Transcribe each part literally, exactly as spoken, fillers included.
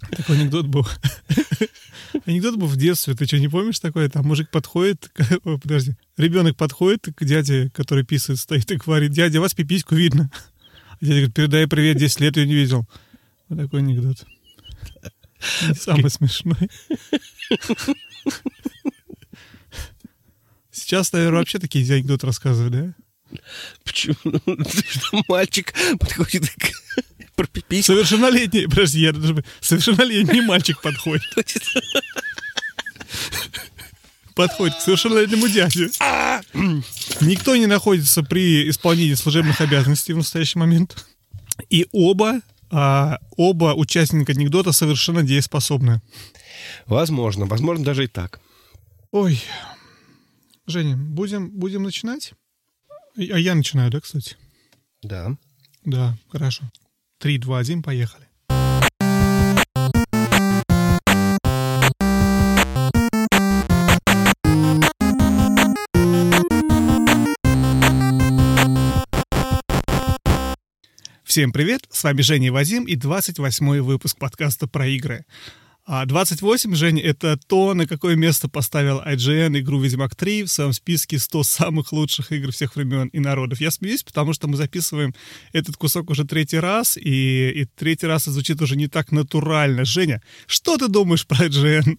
Такой анекдот был. Анекдот был в детстве. Ты что, не помнишь такое? Там мужик подходит... О, подожди. Ребенок подходит к дяде, который писает, стоит и говорит: дядя, вас пипиську видно. А дядя говорит: передай привет, десять лет ее не видел. Вот такой анекдот. Не самый смешной. Сейчас, наверное, вообще такие анекдоты рассказывают, да? Почему? Что мальчик подходит к... про пипиську? Совершеннолетний, подожди, я даже... Совершеннолетний мальчик подходит. Подходит к совершеннолетнему дяде. Никто не находится при исполнении служебных обязанностей в настоящий момент. И оба, а, оба участника анекдота совершенно дееспособны. Возможно, возможно, даже и так. Ой, Женя, будем, будем начинать? А я начинаю, да, кстати? Да. Да, хорошо. Три, два, один, поехали. Всем привет, с вами Женя и Вадим и двадцать восьмой выпуск подкаста про игры. А двадцать восемь, Женя, это то, на какое место поставил ай джи эн игру «Ведьмак три» в своем списке сто самых лучших игр всех времен и народов. Я смеюсь, потому что мы записываем этот кусок уже третий раз, и, и третий раз это звучит уже не так натурально. Женя, что ты думаешь про ай джи эн?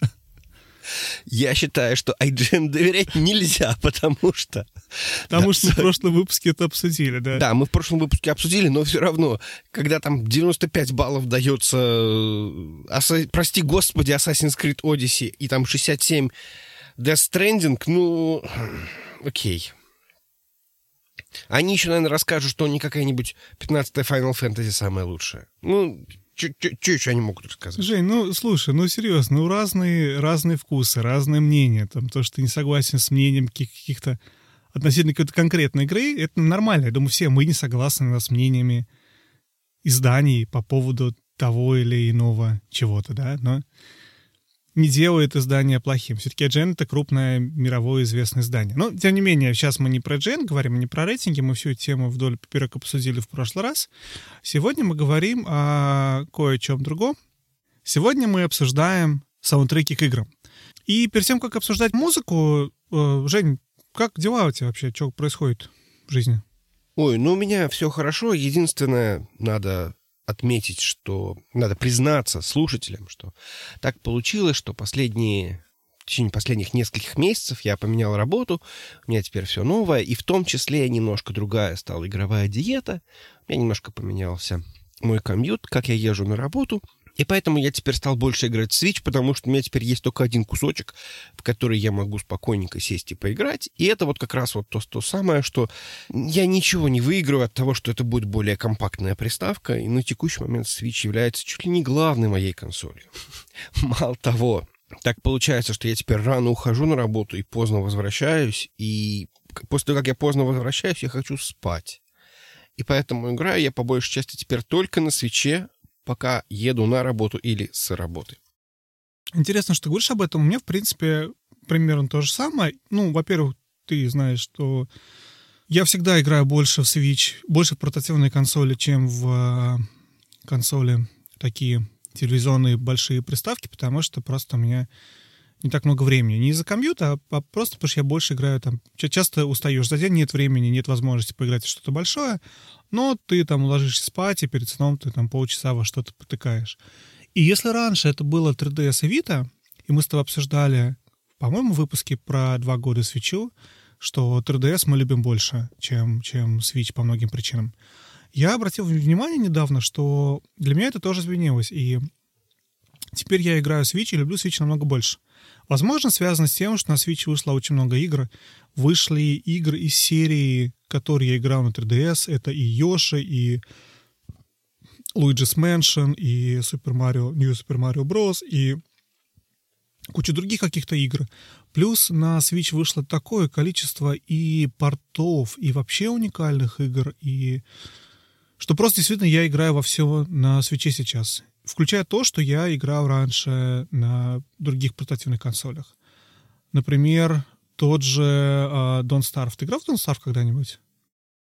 Я считаю, что ай джи эн доверять нельзя, потому что... Потому да, что мы в прошлом выпуске это обсудили, да? Да, мы в прошлом выпуске обсудили, но все равно, когда там девяносто пять баллов дается, аса... прости господи, Assassin's Creed Odyssey, и там шестьдесят семь Death Stranding, ну, окей. Они еще, наверное, расскажут, что не какая-нибудь пятнадцатая Final Fantasy самая лучшая. Ну... Что еще они могут рассказать? Жень, ну, слушай, ну, серьезно, ну, разные, разные вкусы, разные мнения. Там, то, что ты не согласен с мнением каких-то относительно какой-то конкретной игры, это нормально. Я думаю, все мы не согласны с мнениями изданий по поводу того или иного чего-то, да, но не делает издание плохим. Все-таки ай джи эн — это крупное мировое известное издание. Но, тем не менее, сейчас мы не про ай джи эн говорим, не про рейтинги, мы всю эту тему вдоль поперек обсудили в прошлый раз. Сегодня мы говорим о кое-чем другом. Сегодня мы обсуждаем саундтреки к играм. И перед тем, как обсуждать музыку, Жень, как дела у тебя вообще? Что происходит в жизни? Ой, ну у меня все хорошо. Единственное, надо... отметить, что надо признаться слушателям, что так получилось, что последние, в течение последних нескольких месяцев я поменял работу, у меня теперь все новое, и в том числе немножко другая стала игровая диета, у меня немножко поменялся мой комьют, как я езжу на работу, и поэтому я теперь стал больше играть в Switch, потому что у меня теперь есть только один кусочек, в который я могу спокойненько сесть и поиграть. И это вот как раз вот то, то самое, что я ничего не выиграю от того, что это будет более компактная приставка. И на текущий момент Switch является чуть ли не главной моей консолью. Мало того, так получается, что я теперь рано ухожу на работу и поздно возвращаюсь. И после того, как я поздно возвращаюсь, я хочу спать. И поэтому играю я по большей части теперь только на Switch'е, пока еду на работу или с работы. Интересно, что ты говоришь об этом. У меня, в принципе, примерно то же самое. Ну, во-первых, ты знаешь, что я всегда играю больше в Switch, больше в портативной консоли, чем в консоли такие телевизионные большие приставки, потому что просто у меня не так много времени. Не из-за компьютера, а просто потому что я больше играю там. Часто устаешь за день, нет времени, нет возможности поиграть в что-то большое, но ты там ложишься спать, и перед сном ты там полчаса во что-то потыкаешь. И если раньше это было три ди эс и Vita, и мы с тобой обсуждали, по-моему, в выпуске про два года Switch'у, что три ди эс мы любим больше, чем, чем Switch по многим причинам. Я обратил внимание недавно, что для меня это тоже изменилось, и теперь я играю в Switch и люблю Switch намного больше. Возможно, связано с тем, что на Switch вышло очень много игр. Вышли игры из серии, которые я играл на три ди эс. Это и Йоши, и Luigi's Mansion, и Super Mario, New Super Mario Bros., и куча других каких-то игр. Плюс на Switch вышло такое количество и портов, и вообще уникальных игр, и что просто действительно я играю во все на Switch сейчас. Включая то, что я играл раньше на других портативных консолях. Например, тот же uh, Don't Starve. Ты играл в Don't Starve когда-нибудь?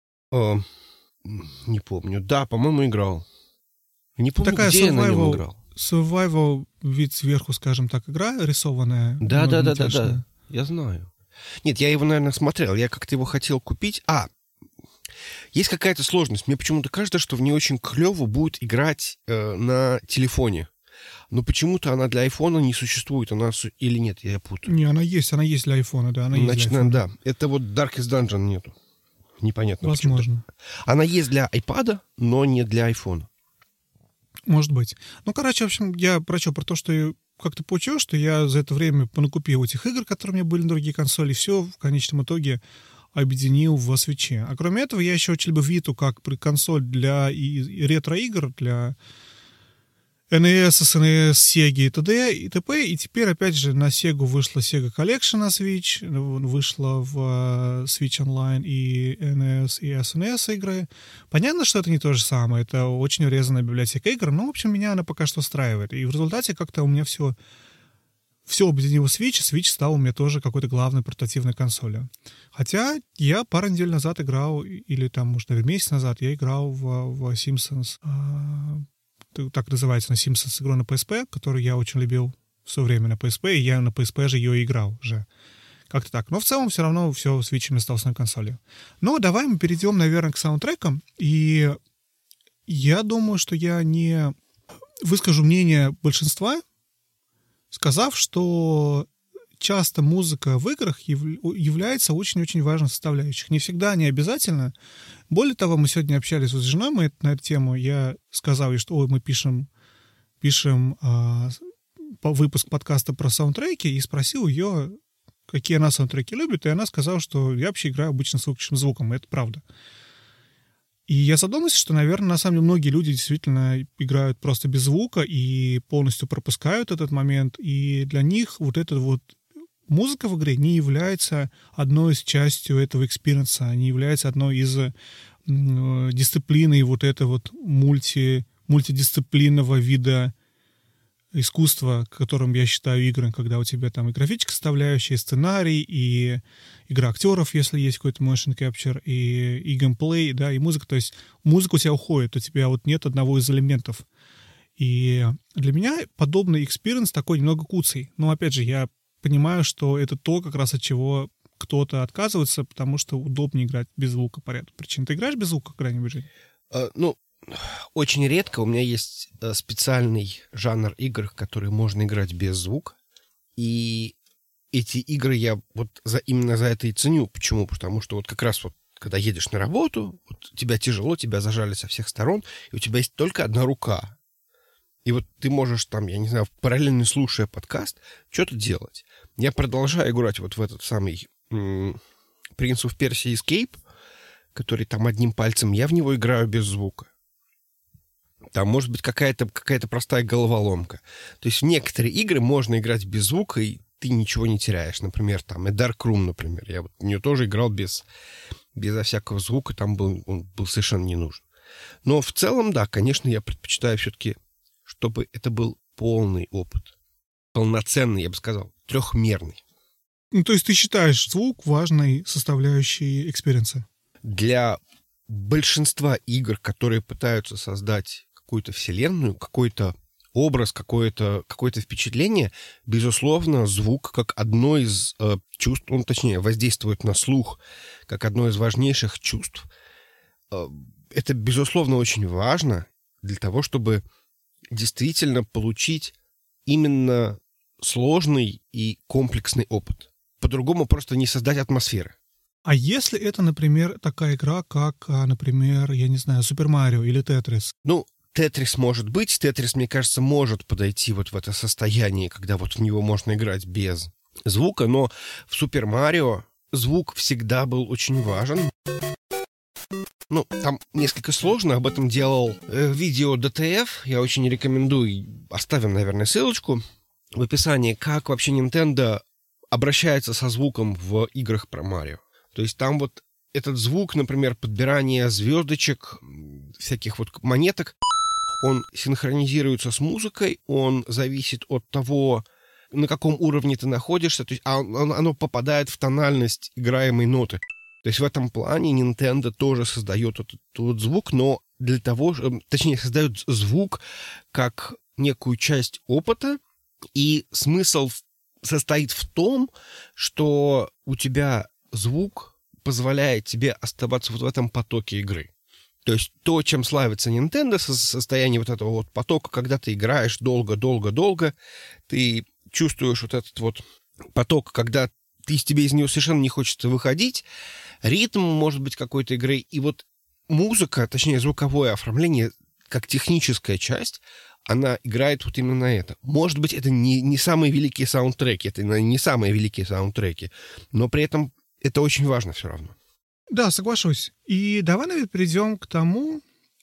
О, не помню. Да, по-моему, играл. Не помню, такая где survival, я на нем играл. survival вид сверху, скажем так, игра рисованная. Да, да, да, да, да. Я знаю. Нет, я его, наверное, смотрел. Я как-то его хотел купить. А, есть какая-то сложность. Мне почему-то кажется, что в ней очень клево будет играть э, на телефоне. Но почему-то она для айфона не существует. Она су... Или нет, я путаю. Не, она есть, она есть для айфона, да. Она Значит, есть для айфона. да. Это вот Darkest Dungeon нету. Непонятно. Возможно. Почему-то. Она есть для iPad, но не для айфона. Может быть. Ну, короче, в общем, я про что? Про то, что как-то получилось, что я за это время понакупил этих игр, которые у меня были на другие консоли, и все в конечном итоге объединил в Switch. А кроме этого, я еще очень люблю Vita как консоль для и ретро-игр, для эн и эс, эс эн и эс, Sega и т.д. и т.п. И теперь, опять же, на Sega вышла Sega Collection на Switch, вышла в Switch Online и эн и эс, и эс эн и эс игры. Понятно, что это не то же самое, это очень урезанная библиотека игр, но, в общем, меня она пока что устраивает. И в результате как-то у меня все, все объединило в Switch, и Switch стал у меня тоже какой-то главной портативной консолью. Хотя я пару недель назад играл, или там, может, наверное, месяц назад, я играл в, в Simpsons, так называется, на Simpsons игру на пи эс пи, которую я очень любил в свое время на пи эс пи, и я на пи эс пи же ее играл уже. Как-то так. Но в целом все равно все с Switch осталось на консоли. Но давай мы перейдем, наверное, к саундтрекам. И я думаю, что я не выскажу мнение большинства, сказав, что часто музыка в играх является очень-очень важной составляющей. Не всегда, не обязательно. Более того, мы сегодня общались вот с женой мы на эту тему. Я сказал ей, что ой, мы пишем, пишем а, выпуск подкаста про саундтреки, и спросил ее, какие она саундтреки любит, и она сказала, что я вообще играю обычно с выключенным звуком, и это правда. И я задумался, что, наверное, на самом деле многие люди действительно играют просто без звука и полностью пропускают этот момент, и для них вот это вот музыка в игре не является одной из частью этого экспириенса, не является одной из э, дисциплины вот этого вот мульти, мультидисциплинного вида искусства, которым я считаю игры, когда у тебя там и графическая составляющая, и сценарий, и игра актеров, если есть какой-то motion capture, и, и геймплей, да, и музыка. То есть музыка у тебя уходит, у тебя вот нет одного из элементов. И для меня подобный экспириенс такой немного куцый. Но, опять же, я понимаю, что это то, как раз от чего кто-то отказывается, потому что удобнее играть без звука по ряду причин. Ты играешь без звука когда-нибудь, Жень? Uh, ну, очень редко. У меня есть uh, специальный жанр игр, в которые можно играть без звука. И эти игры я вот за, именно за это и ценю. Почему? Потому что вот как раз вот когда едешь на работу, вот тебя тяжело, тебя зажали со всех сторон, и у тебя есть только одна рука. И вот ты можешь там, я не знаю, параллельно слушая подкаст, что-то делать. Я продолжаю играть вот в этот самый м- Prince of Persia Escape, который там одним пальцем, я в него играю без звука. Там может быть какая-то, какая-то простая головоломка. То есть в некоторые игры можно играть без звука, и ты ничего не теряешь. Например, там A Dark Room, например. Я вот в нее тоже играл без, безо всякого звука, там был, он был совершенно не нужен. Но в целом, да, конечно, я предпочитаю все-таки, чтобы это был полный опыт. Полноценный, я бы сказал, трехмерный. Ну, то есть ты считаешь звук важной составляющей экспириенса? Для большинства игр, которые пытаются создать какую-то вселенную, какой-то образ, какое-то, какое-то впечатление, безусловно, звук как одно из э, чувств, он, точнее, воздействует на слух, как одно из важнейших чувств. Э, это, безусловно, очень важно для того, чтобы действительно получить именно сложный и комплексный опыт. По-другому просто не создать атмосферы. А если это, например, такая игра, как, например, я не знаю, Супер Марио или Тетрис? Ну, Тетрис может быть. Тетрис, мне кажется, может подойти вот в это состояние, когда вот в него можно играть без звука, но в Супер Марио звук всегда был очень важен. Ну, там несколько сложно, об этом делал э, видео ди ти эф, я очень рекомендую, оставим, наверное, ссылочку в описании, как вообще Nintendo обращается со звуком в играх про Марио. То есть там вот этот звук, например, подбирание звездочек, всяких вот монеток, он синхронизируется с музыкой, он зависит от того, на каком уровне ты находишься, то есть оно попадает в тональность играемой ноты. То есть в этом плане Nintendo тоже создает этот, этот звук, но для того, точнее, создает звук как, некую часть опыта, и смысл состоит в том, что у тебя звук позволяет тебе оставаться вот в этом потоке игры. То есть то, чем славится Nintendo, состояние вот этого вот потока, когда ты играешь долго-долго-долго, ты чувствуешь вот этот вот поток, когда ты, тебе из него совершенно не хочется выходить, ритм, может быть, какой-то игры, и вот музыка, точнее, звуковое оформление, как техническая часть, она играет вот именно на это. Может быть, это не, не самые великие саундтреки, это не самые великие саундтреки, но при этом это очень важно все равно. Да, соглашусь. И давай, наверное, перейдем к тому,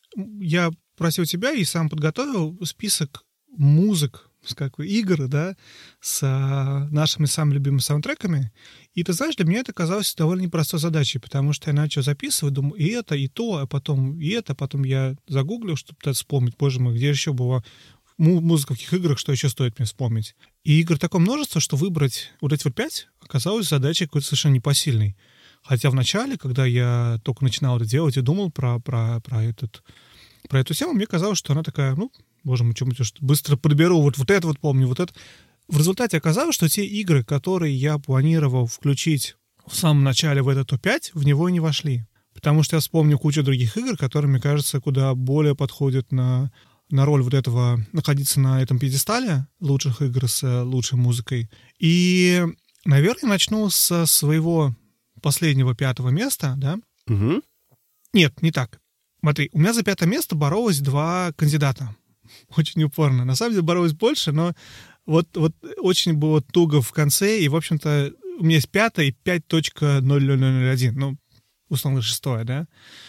я просил тебя и сам подготовил список музык, как бы игр, да, с нашими самыми любимыми саундтреками. И ты знаешь, для меня это казалось довольно непростой задачей, потому что я начал записывать, думаю, и это, и то, а потом и это, потом я загуглил, чтобы вспомнить, боже мой, где еще была музыка в каких играх, что еще стоит мне вспомнить. И игр такое множество, что выбрать вот эти вот пять оказалось задачей какой-то совершенно непосильной. Хотя в начале, когда я только начинал это делать и думал про, про, про, этот, про эту тему, мне казалось, что она такая, ну, боже мой, что-нибудь быстро подберу, вот, вот это вот помню, вот это. В результате оказалось, что те игры, которые я планировал включить в самом начале в этот топ пять, в него и не вошли. Потому что я вспомнил кучу других игр, которые, мне кажется, куда более подходят на, на роль вот этого, находиться на этом пьедестале лучших игр с лучшей музыкой. И, наверное, начну со своего последнего пятого места, да? Угу. Нет, не так. Смотри, у меня за пятое место боролось два кандидата. Очень упорно. На самом деле боролось больше, но вот, вот очень было туго в конце, и, в общем-то, у меня есть пятое и пять точка ноль ноль ноль ноль один, ну, условно, шестое, да?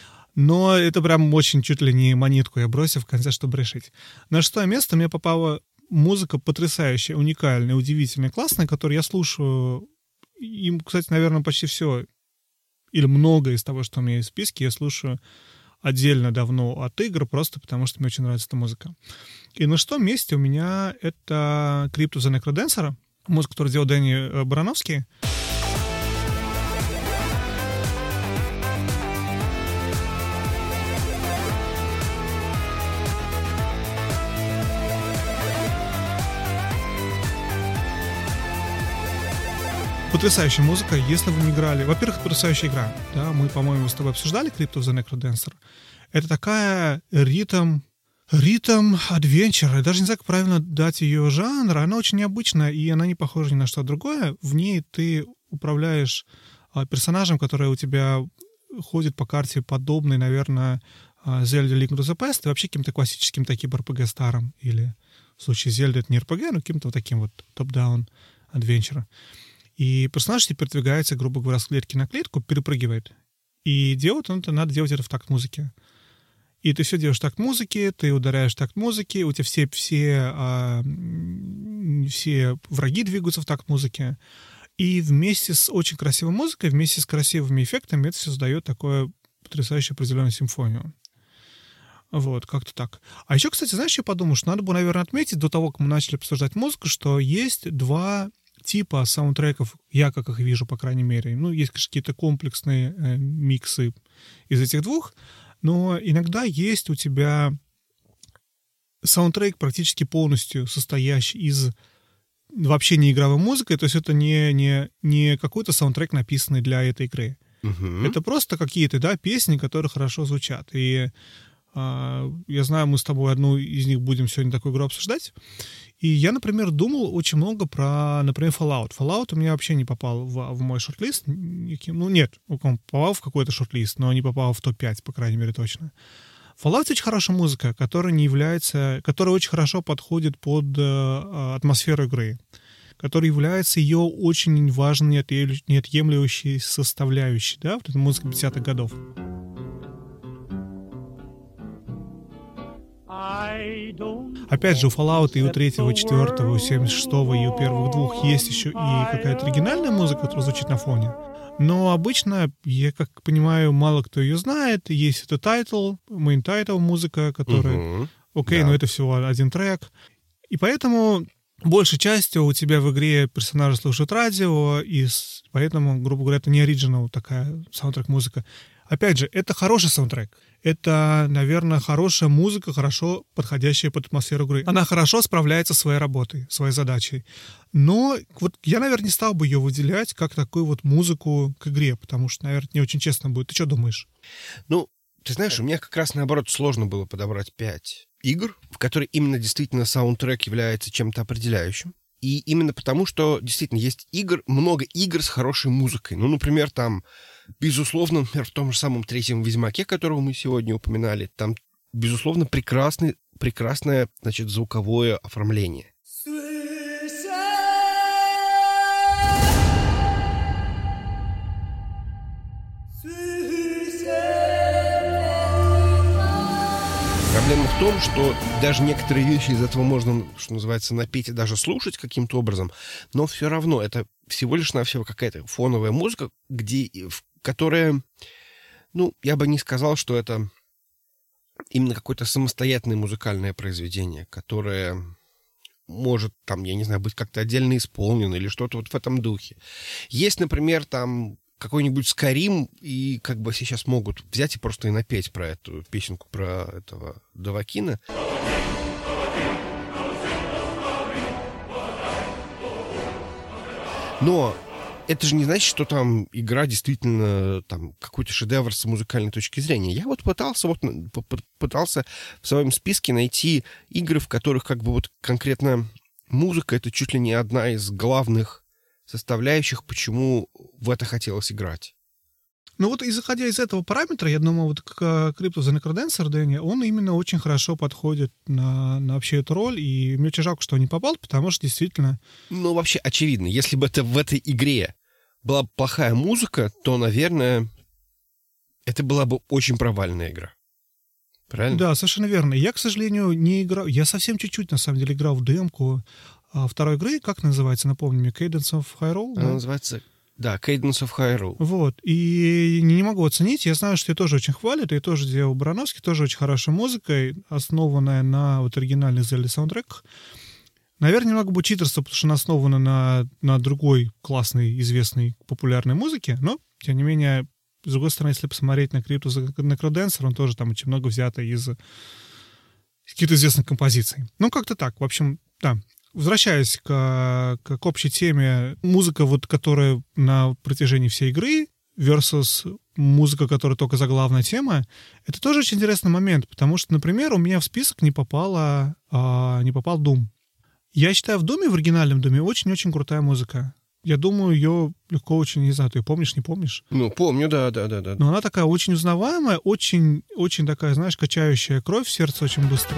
Но это прям очень чуть ли не монетку я бросил в конце, чтобы решить. На шестое место мне попала музыка потрясающая, уникальная, удивительная, классная, которую я слушаю. Им, кстати, наверное, почти все или многое из того, что у меня есть в списке, я слушаю отдельно давно от игр, просто потому что мне очень нравится эта музыка. И на шестом месте у меня это Crypt of the Necrodancer, музыку, которую делал Дэнни Барановский. Потрясающая музыка, если вы не играли. Во-первых, это потрясающая игра. Да? Мы, по-моему, с тобой обсуждали Crypt of the Necrodancer. Это такая ритм, ритм адвенчер. Я даже не знаю, как правильно дать ее жанр. Она очень необычная, и она не похожа ни на что другое. В ней ты управляешь а, персонажем, который у тебя ходит по карте подобной, наверное, Zelda Link to the Past, и вообще каким-то классическим таким эр пи джи старым. Или в случае Zelda это не эр пи джи, но каким-то вот таким вот топ-даун адвенчером. И персонаж теперь передвигается, грубо говоря, с клетки на клетку, перепрыгивает. И делать он это, надо делать это в такт музыки. И ты все делаешь в такт музыки, ты ударяешь в такт музыки, у тебя все, все, а, все враги двигаются в такт музыки. И вместе с очень красивой музыкой, вместе с красивыми эффектами это все создает такое потрясающую определенную симфонию. Вот, как-то так. А еще, кстати, знаешь, я подумал, что надо было, наверное, отметить до того, как мы начали обсуждать музыку, что есть два типа саундтреков, я как их вижу, по крайней мере. Ну, есть, конечно, какие-то комплексные э, миксы из этих двух, но иногда есть у тебя саундтрек практически полностью состоящий из вообще не игровой музыки, то есть это не, не, не какой-то саундтрек, написанный для этой игры. Uh-huh. Это просто какие-то, да, песни, которые хорошо звучат. И э, я знаю, мы с тобой одну из них будем сегодня такую игру обсуждать. И я, например, думал очень много про, например, Fallout. Fallout у меня вообще не попал в, в мой шорт-лист. Ну, нет, он попал в какой-то шорт-лист, но не попал в топ пять, по крайней мере, точно. Fallout — очень хорошая музыка, которая не является... которая очень хорошо подходит под э, атмосферу игры, которая является ее очень важной, неотъемлющей составляющей, да, вот эта музыка пятидесятых годов. Опять же, у Fallout и у третьего, четвертого, у семьдесят шестого и у первых двух есть еще и какая-то оригинальная музыка, которая звучит на фоне. Но обычно, я как понимаю, мало кто ее знает. Есть это тайтл, main title музыка, которая... Uh-huh. Окей, да. но это всего один трек. И поэтому большей частью у тебя в игре персонажи слушают радио, и поэтому, грубо говоря, это не оригинал такая саундтрек-музыка. Опять же, это хороший саундтрек. Это, наверное, хорошая музыка, хорошо подходящая под атмосферу игры. Она хорошо справляется со своей работой, своей задачей. Но вот я, наверное, не стал бы ее выделять как такую вот музыку к игре, потому что, наверное, не очень честно будет. Ты что думаешь? Ну, ты знаешь, у меня как раз наоборот сложно было подобрать пять игр, в которые именно действительно саундтрек является чем-то определяющим. И именно потому, что действительно есть игр, много игр с хорошей музыкой. Ну, например, там, безусловно, например, в том же самом третьем Ведьмаке, которого мы сегодня упоминали, там, безусловно, прекрасный, прекрасное, значит, звуковое оформление. Проблема в том, что даже некоторые вещи из этого можно, что называется, напеть и даже слушать каким-то образом, но все равно это всего лишь навсего какая-то фоновая музыка, где, которая, ну, я бы не сказал, что это именно какое-то самостоятельное музыкальное произведение, которое может, там, я не знаю, быть как-то отдельно исполнено или что-то вот в этом духе. Есть, например, там какой-нибудь Скарим, и как бы сейчас могут взять и просто и напеть про эту песенку, про этого Довакина. Но это же не значит, что там игра действительно там какой-то шедевр с музыкальной точки зрения. Я вот пытался, вот, пытался в своем списке найти игры, в которых как бы вот конкретно музыка — это чуть ли не одна из главных составляющих, почему в это хотелось играть. Ну вот, исходя из этого параметра, я думаю, вот Crypt of the Necrodancer, Дэнни, он именно очень хорошо подходит на, на вообще эту роль, и мне очень жалко, что он не попал, потому что действительно... Ну, вообще, очевидно, если бы это в этой игре была плохая музыка, то, наверное, это была бы очень провальная игра. Правильно? Да, совершенно верно. Я, к сожалению, не играл... Я совсем чуть-чуть, на самом деле, играл в демку второй игры, как называется, напомни мне, Cadence of Hyrule? Она да? называется, да, Cadence of Hyrule. Вот, и не могу оценить, я знаю, что ее тоже очень хвалят, ее тоже делал Барановский, тоже очень хорошей музыкой, основанная на вот оригинальных Zelda саундтреках. Наверное, немного будет читерство, потому что она основана на, на другой классной, известной, популярной музыке, но, тем не менее, с другой стороны, если посмотреть на Crypt of the Necrodancer, он тоже там очень много взято из каких-то известных композиций. Ну, как-то так, в общем, да. Возвращаясь к, к общей теме, музыка, вот, которая на протяжении всей игры versus музыка, которая только заглавная тема, это тоже очень интересный момент, потому что, например, у меня в список не попала, а, не попал Doom. Я считаю, в Думе, в оригинальном Думе, очень-очень крутая музыка. Я думаю, ее легко очень, не знаю, ты ее помнишь, не помнишь? Ну, помню, да, да, да, да. Но она такая очень узнаваемая, очень, очень такая, знаешь, качающая кровь в сердце очень быстро.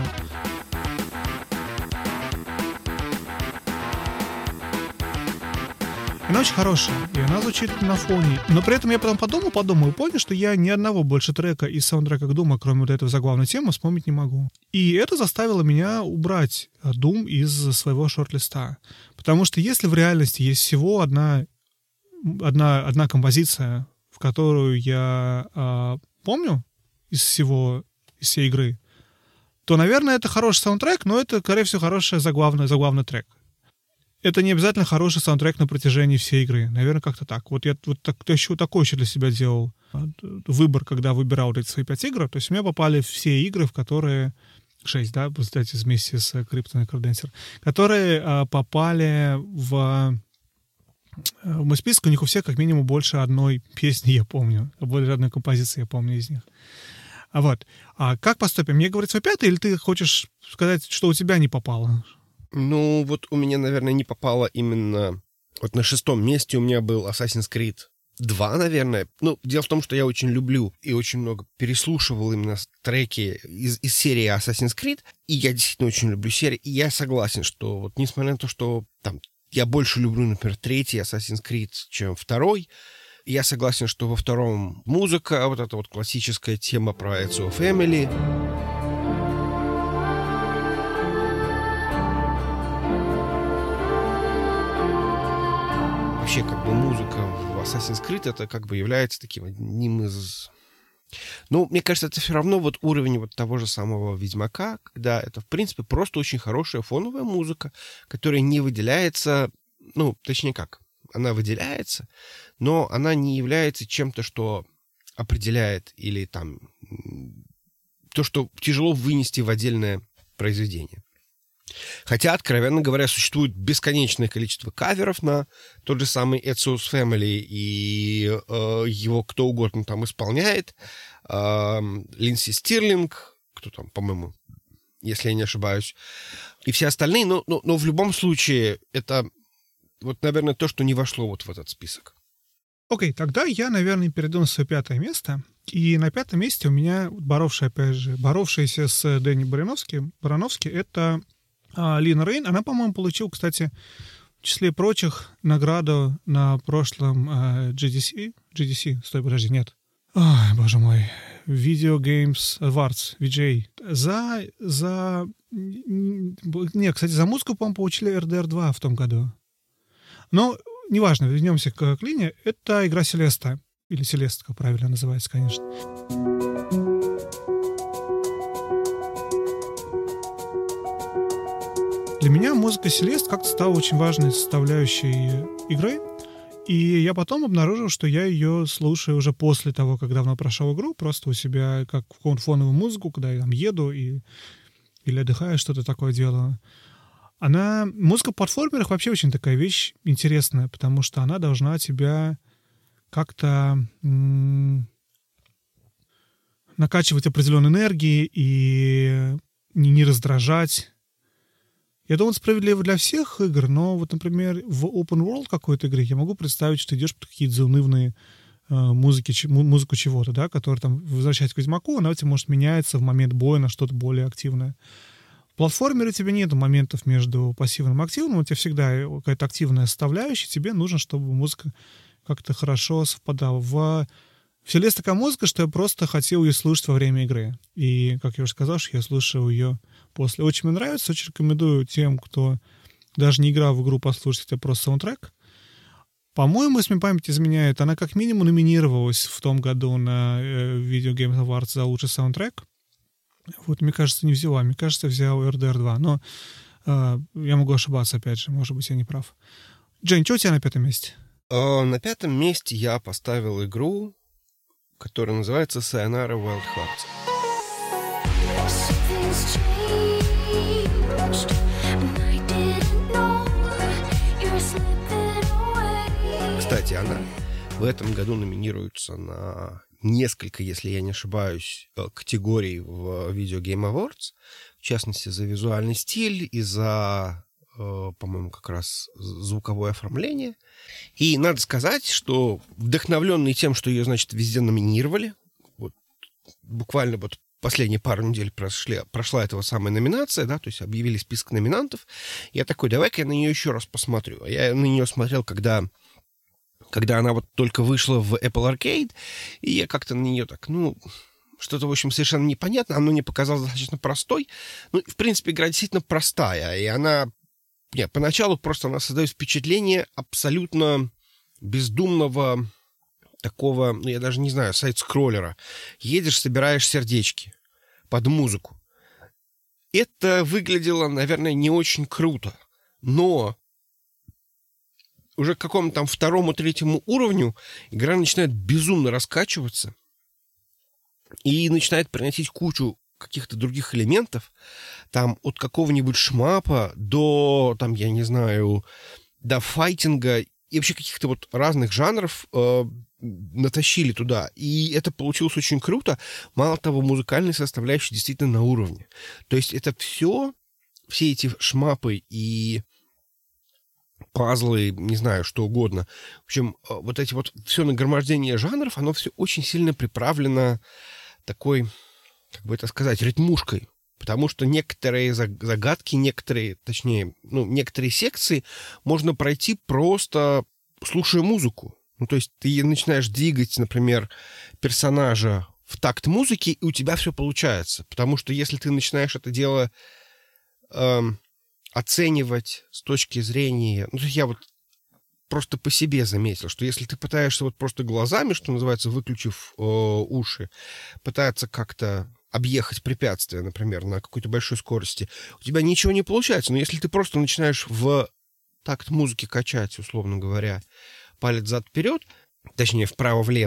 Она очень хорошая, и она звучит на фоне. Но при этом я потом подумал, подумал и понял, что я ни одного больше трека из саундтрека к Doom, кроме вот этого заглавной темы, вспомнить не могу. И это заставило меня убрать Doom из своего шорт-листа. Потому что если в реальности есть всего одна, одна, одна композиция, в которую я э, помню из всего, из всей игры, то, наверное, это хороший саундтрек, но это, скорее всего, хороший заглавный, заглавный трек. Это не обязательно хороший саундтрек на протяжении всей игры. Наверное, как-то так. Вот я вот так, еще такой еще для себя делал выбор, когда выбирал вот эти свои пять игр. То есть у меня попали все игры, в которые... Шесть, да, кстати, вместе с Crypt of the Necrodancer, которые а, попали в... в мой список. У них у всех как минимум больше одной песни, я помню. Больше одной композиции, я помню из них. А вот. А как поступим? Мне говорить свой пятый, или ты хочешь сказать, что у тебя не попало? Ну, вот у меня, наверное, не попало именно... Вот на шестом месте у меня был Assassin's Creed два, наверное. Ну, дело в том, что я очень люблю и очень много переслушивал именно треки из, из серии Assassin's Creed, и я действительно очень люблю серию, и я согласен, что вот несмотря на то, что там я больше люблю, например, третий Assassin's Creed, чем второй, я согласен, что во втором музыка, вот эта вот классическая тема про Ezio Family... Вообще, как бы, музыка в Assassin's Creed это как бы является таким одним из... Ну, мне кажется, это все равно вот уровень вот того же самого Ведьмака, когда это, в принципе, просто очень хорошая фоновая музыка, которая не выделяется, ну, точнее как, она выделяется, но она не является чем-то, что определяет, или там то, что тяжело вынести в отдельное произведение. Хотя, откровенно говоря, существует бесконечное количество каверов на тот же самый Ezio's Family, и э, его кто угодно там исполняет. Э, Линдси Стирлинг, кто там, по-моему, если я не ошибаюсь, и все остальные. Но, но, но в любом случае это, вот, наверное, то, что не вошло вот в этот список. Окей, тогда я, наверное, перейду на свое пятое место. И на пятом месте у меня боровшая, опять же, боровшаяся с Дэнни Барановски, Барановски это а, Лина Рейн. Она, по-моему, получила, кстати, в числе прочих, награду на прошлом а, джи ди си. джи ди си, стой, подожди, нет. Ой, боже мой. Video Games Awards, ви джи эй. За, за... Не, кстати, за музыку, по-моему, получили эр дэ эр два в том году. Но неважно, вернемся к, к Лине. Это игра Селеста. Или Селеста, как правильно называется, конечно. Для меня музыка Селест как-то стала очень важной составляющей игры. И я потом обнаружил, что я ее слушаю уже после того, как давно прошел игру, просто у себя как фоновую музыку, когда я там еду и, или отдыхаю, что-то такое делаю. Она... Музыка в платформерах вообще очень такая вещь интересная, потому что она должна тебя как-то м- накачивать определенной энергией и не, не раздражать. Я думаю, это справедливо для всех игр, но вот, например, в open world какой-то игры я могу представить, что ты идешь по какие-то заунывные э, музыки, ч- музыку чего-то, да, которая там, возвращаясь к Ведьмаку, она у тебя может меняться в момент боя на что-то более активное. В платформере у тебя нет моментов между пассивным и активным, у тебя всегда какая-то активная составляющая, тебе нужно, чтобы музыка как-то хорошо совпадала. В Селест такая музыка, что я просто хотел ее слушать во время игры. И, как я уже сказал, что я слушаю ее после. Очень мне нравится, очень рекомендую тем, кто даже не играл в игру, послушать это просто саундтрек. По-моему, если мне память изменяет, она как минимум номинировалась в том году на Video Games Awards за лучший саундтрек. Вот, мне кажется, не взяла. Мне кажется, взял эр дэ эр два. Но э, я могу ошибаться, опять же. Может быть, я не прав. Джейн, что у тебя на пятом месте? Uh, на пятом месте я поставил игру, которая называется Sayonara Wild Hearts. Кстати, она в этом году номинируется на несколько, если я не ошибаюсь, категорий в Video Game Awards. В частности, за визуальный стиль и за, по-моему, как раз звуковое оформление. И надо сказать, что вдохновленный тем, что ее, значит, везде номинировали, вот буквально вот последние пару недель прошли, прошла эта самая номинация, да, то есть объявили список номинантов, я такой, давай-ка я на нее еще раз посмотрю. Я на нее смотрел, когда, когда она вот только вышла в Apple Arcade, и я как-то на нее так, ну... Что-то, в общем, совершенно непонятно. Оно мне показалось достаточно простой. Ну, в принципе, игра действительно простая. И она... Нет, поначалу просто она создает впечатление абсолютно бездумного такого, ну, я даже не знаю, сайт-скроллера. Едешь, собираешь сердечки под музыку. Это выглядело, наверное, не очень круто. Но уже к какому-то там второму-третьему уровню игра начинает безумно раскачиваться. И начинает приносить кучу каких-то других элементов, там от какого-нибудь шмапа до, там, я не знаю, до файтинга и вообще каких-то вот разных жанров э, натащили туда. И это получилось очень круто. Мало того, музыкальная составляющая действительно на уровне. То есть это все, все эти шмапы и пазлы, не знаю, что угодно. В общем, вот эти вот все нагромождение жанров, оно все очень сильно приправлено такой, как бы это сказать, ритмушкой. Потому что некоторые загадки, некоторые, точнее, ну, некоторые секции можно пройти просто слушая музыку. Ну, то есть ты начинаешь двигать, например, персонажа в такт музыки, и у тебя все получается. Потому что если ты начинаешь это дело эм, оценивать с точки зрения... Ну, то есть я вот просто по себе заметил, что если ты пытаешься вот просто глазами, что называется, выключив э, уши, пытаться как-то объехать препятствие, например, на какой-то большой скорости, у тебя ничего не получается. Но если ты просто начинаешь в такт музыки качать, условно говоря, палец зад-вперед, точнее, вправо-влево,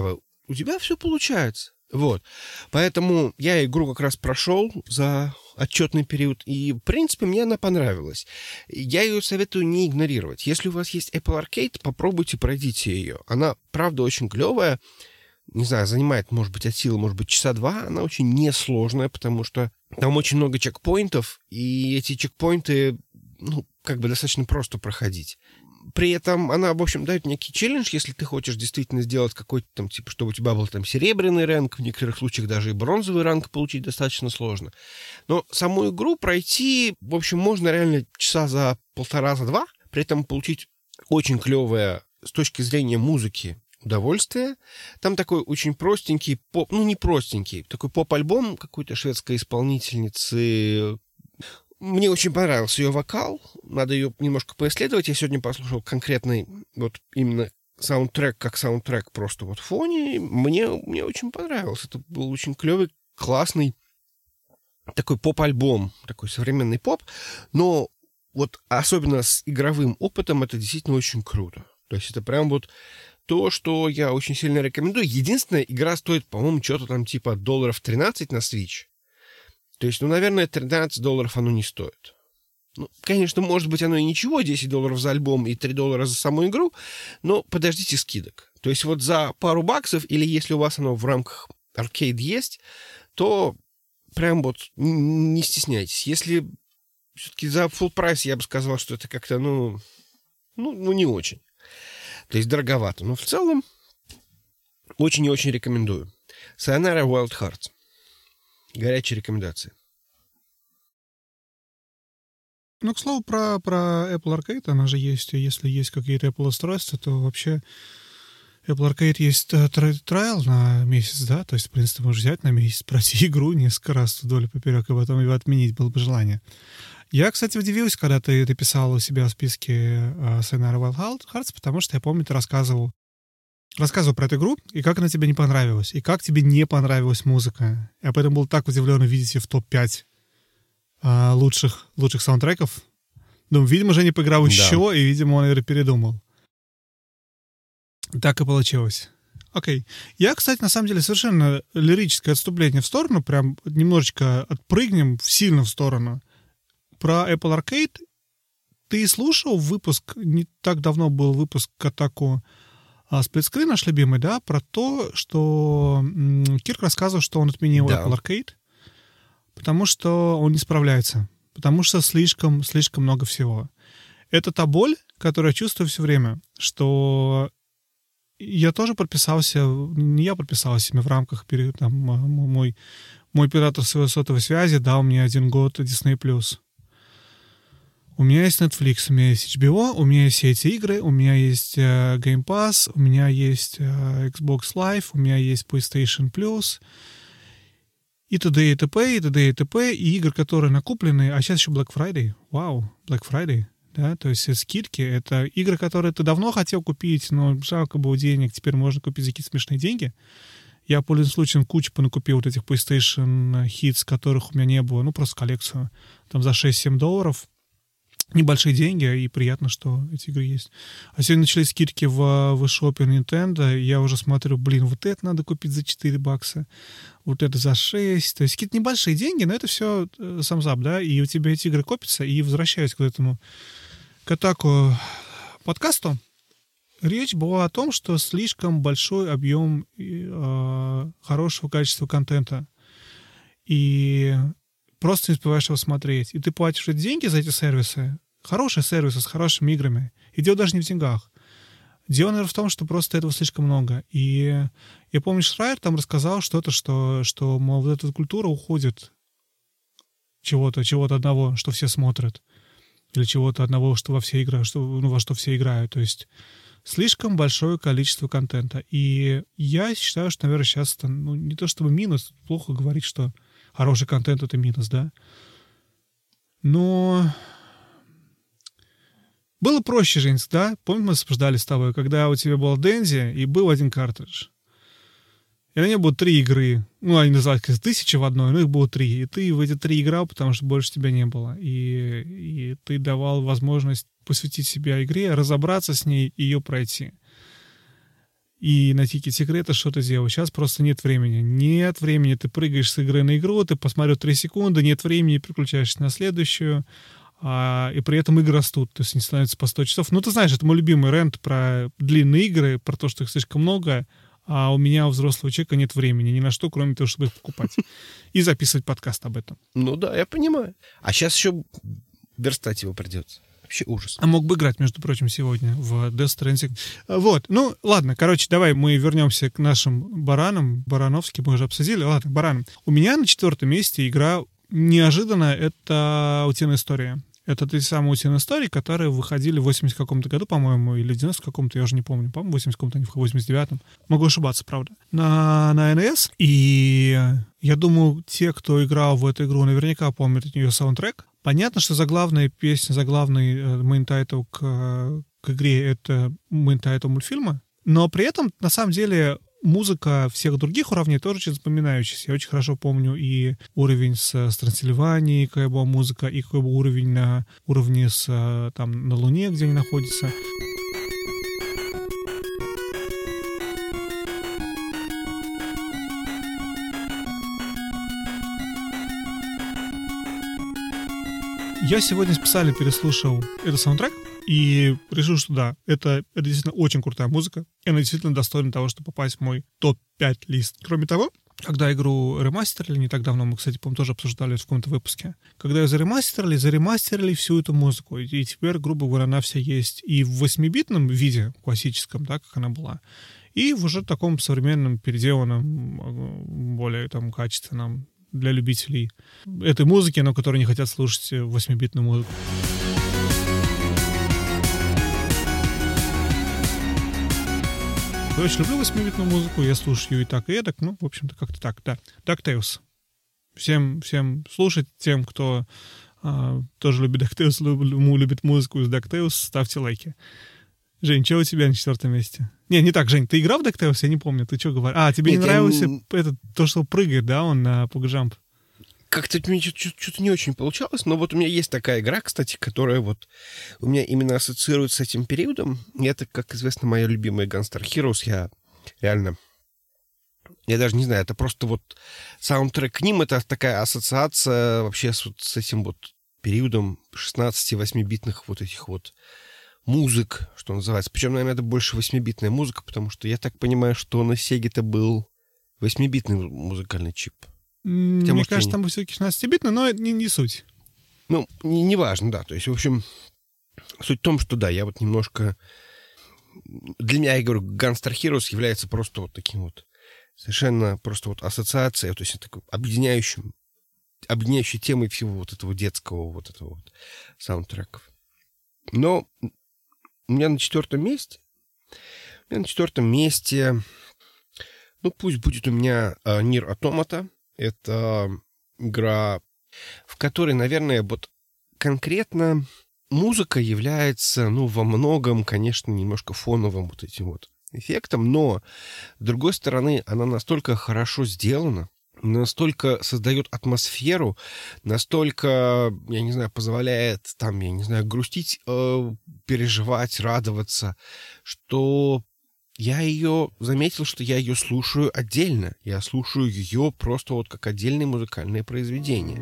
у тебя все получается. Вот. Поэтому я игру как раз прошел за отчетный период, и, в принципе, мне она понравилась. Я ее советую не игнорировать. Если у вас есть Apple Arcade, попробуйте, пройдите ее. Она, правда, очень клевая. Не знаю, занимает, может быть, от силы, может быть, часа два. Она очень несложная, потому что там очень много чекпоинтов, и эти чекпоинты, ну, как бы достаточно просто проходить. При этом она, в общем, дает некий челлендж, если ты хочешь действительно сделать какой-то там, типа, чтобы у тебя был там серебряный ранг, в некоторых случаях даже и бронзовый ранг получить достаточно сложно. Но саму игру пройти, в общем, можно реально часа за полтора, за два, при этом получить очень клевое с точки зрения музыки удовольствие. Там такой очень простенький поп, ну не простенький, такой поп-альбом какой-то шведской исполнительницы. Мне очень понравился ее вокал, надо ее немножко поисследовать. Я сегодня послушал конкретный вот именно саундтрек, как саундтрек просто вот в фоне. Мне, мне очень понравился. Это был очень клевый, классный такой поп-альбом, такой современный поп. Но вот особенно с игровым опытом это действительно очень круто. То есть это прям вот то, что я очень сильно рекомендую. Единственная игра стоит, по-моему, что-то там типа долларов тринадцать на Switch. То есть, ну, наверное, тринадцать долларов оно не стоит. Ну, конечно, может быть, оно и ничего, десять долларов за альбом и три доллара за саму игру, но подождите скидок. То есть вот за пару баксов, или если у вас оно в рамках аркейд есть, то прям вот не стесняйтесь. Если все-таки за full прайс, я бы сказал, что это как-то, ну, ну, ну, не очень. То есть дороговато. Но в целом очень и очень рекомендую. Sayonara Wild Hearts. Горячие рекомендации. Ну, к слову, про, про Apple Arcade, она же есть, если есть какие-то Apple устройства, то вообще Apple Arcade есть трайл на месяц, да, то есть, в принципе, можешь взять на месяц, пройти игру несколько раз вдоль и поперек, и потом его отменить, было бы желание. Я, кстати, удивился, когда ты, ты писал у себя в списке uh, Sayonara Wild Hearts, потому что я помню, ты рассказывал, рассказывал про эту игру, и как она тебе не понравилась, и как тебе не понравилась музыка. Я поэтому был так удивлен увидеть ее в топ пять uh, лучших, лучших саундтреков. Думаю, видимо, Женя поиграл да. еще, и, видимо, он, наверное, передумал. Так и получилось. Окей. Я, кстати, на самом деле совершенно лирическое отступление в сторону, прям немножечко отпрыгнем сильно в сторону. Про Apple Arcade ты слушал выпуск, не так давно был выпуск Kotaku сплитскрин наш любимый, да, про то, что м, Кирк рассказывал, что он отменил да. Apple Arcade, потому что он не справляется, потому что слишком, слишком много всего. Это та боль, которую я чувствую все время, что я тоже подписался, не я подписался в рамках, там, мой, мой оператор своей сотовой связи дал мне один год Disney+. У меня есть Netflix, у меня есть эйч би о, у меня есть все эти игры, у меня есть uh, Game Pass, у меня есть uh, Xbox Live, у меня есть PlayStation Plus, и т.д. и т.п., и т.д. и т.п., и игры, которые накуплены, а сейчас еще Black Friday, вау, Black Friday, да, то есть скидки, это игры, которые ты давно хотел купить, но жалко было денег, теперь можно купить за какие-то смешные деньги. Я, пользуясь случаем, кучу понакупил вот этих PlayStation Hits, которых у меня не было, ну, просто коллекцию, там за шесть-семь долларов. Небольшие деньги, и приятно, что эти игры есть. А сегодня начались скидки в, в eShop Nintendo, и я уже смотрю, блин, вот это надо купить за четыре бакса, вот это за шесть. То есть какие-то небольшие деньги, но это все самзап, да, и у тебя эти игры копятся, и возвращаясь к этому Kotaku подкасту, речь была о том, что слишком большой объем э, хорошего качества контента, и просто не успеваешь его смотреть. И ты платишь эти деньги за эти сервисы, хорошие сервисы с хорошими играми. И дело даже не в деньгах. Дело, наверное, в том, что просто этого слишком много. И я помню, Шрайер там рассказал что-то, что, что мол, вот эта культура уходит чего-то, чего-то одного, что все смотрят. Или чего-то одного, что во все играют, что, ну, во что все играют. То есть слишком большое количество контента. И я считаю, что, наверное, сейчас это, ну, не то чтобы минус, плохо говорить, что хороший контент — это минус, да? Но было проще, Жень, да? Помню, мы обсуждали с тобой, когда у тебя был Дензи и был один картридж. И на нем было три игры. Ну, они называют, как тысяча в одной, но их было три. И ты в эти три играл, потому что больше тебя не было. И, и ты давал возможность посвятить себя игре, разобраться с ней и ее пройти. и на Ticket Secret что-то делать. Сейчас просто нет времени. Нет времени. Ты прыгаешь с игры на игру, ты посмотрел три секунды, нет времени, переключаешься на следующую, а, и при этом игры растут, то есть они становятся по сто часов. Ну, ты знаешь, это мой любимый рент про длинные игры, про то, что их слишком много, а у меня, у взрослого человека, нет времени ни на что, кроме того, чтобы их покупать. И записывать подкаст об этом. Ну да, я понимаю. А сейчас еще верстать его придется. Вообще ужас. А мог бы играть, между прочим, сегодня в Death Stranding. Вот, ну, ладно, короче, давай мы вернемся к нашим баранам. Барановски мы уже обсудили. Ладно, баранам. У меня на четвертом месте игра неожиданно, это «Утиная история». Это те самые «Утиные истории», которые выходили в восьмидесятом каком-то году, по-моему, или в девяностом каком-то, я уже не помню. По-моему, в восьмидесятом каком-то, не в восемьдесят девятом. Могу ошибаться, правда. На, на эн и эс. И я думаю, те, кто играл в эту игру, наверняка помнят от нее саундтрек. Понятно, что заглавная песня, заглавный main title к, к игре — это main title мультфильма, но при этом, на самом деле, музыка всех других уровней тоже очень запоминающаяся. Я очень хорошо помню и уровень с, с Трансильванией, какая была музыка, и какой был уровень на уровне с, там, на Луне, где они находятся. Я сегодня специально переслушал этот саундтрек и решил, что да, это, это действительно очень крутая музыка, и она действительно достойна того, чтобы попасть в мой топ пять лист. Кроме того, когда игру ремастерили, не так давно, мы, кстати, по-моему, тоже обсуждали это в каком-то выпуске, когда ее заремастерили, заремастерили всю эту музыку, и теперь, грубо говоря, она вся есть и в восьмибитном виде, классическом, да, как она была, и в уже таком современном, переделанном, более там качественном, для любителей этой музыки, но которые не хотят слушать восьмибитную музыку. Я очень люблю восьмибитную музыку, я слушаю ее и так, и эдак, ну, в общем-то, как-то так, да. DuckTales. Всем, всем слушать, тем, кто а, тоже любит DuckTales, любит музыку из DuckTales, ставьте лайки. Жень, что у тебя на четвертом месте? Не, не так, Жень, ты играл в DuckTales? Я не помню, ты что говоришь? А, тебе Нет, не нравился не... это, то, что прыгает, да, он на PogJump? Как-то мне что-то не очень получалось, но вот у меня есть такая игра, кстати, которая вот у меня именно ассоциируется с этим периодом. И это, как известно, моя любимая Gunstar Heroes. Я реально... Я даже не знаю, это просто вот саундтрек к ним, это такая ассоциация вообще с, вот, с этим вот периодом шестнадцати-восьмибитных вот этих вот музык, что называется. Причем, наверное, это больше восьмибитная музыка, потому что я так понимаю, что на Сеге-то был восьмибитный музыкальный чип. Хотя, Мне может, кажется, не... там был все-таки шестнадцатибитный, но это не, не суть. Ну, не, не важно, да. То есть, в общем, суть в том, что да, я вот немножко... Для меня, я говорю, Gunstar Heroes является просто вот таким вот совершенно просто вот ассоциацией, то есть такой объединяющим, объединяющей темой всего вот этого детского вот этого вот саундтреков. Но у меня на четвертом месте, у меня на четвертом месте, ну пусть будет у меня uh, Nier Automata. Это игра, в которой, наверное, вот конкретно музыка является, ну, во многом, конечно, немножко фоновым вот этим вот эффектом, но, с другой стороны, она настолько хорошо сделана, настолько создает атмосферу, настолько, я не знаю, позволяет там, я не знаю, грустить, э, переживать, радоваться, что я ее заметил, что я ее слушаю отдельно. Я слушаю ее просто вот как отдельное музыкальное произведение.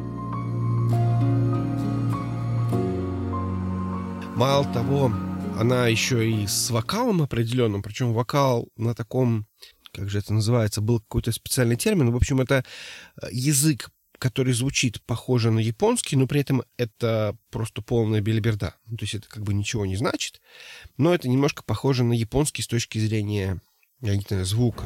Мало того, она еще и с вокалом определенным, причем вокал на таком, как же это называется, был какой-то специальный термин. В общем, это язык, который звучит похоже на японский, но при этом это просто полная белиберда. Ну, то есть это как бы ничего не значит, но это немножко похоже на японский с точки зрения, я не знаю, звука.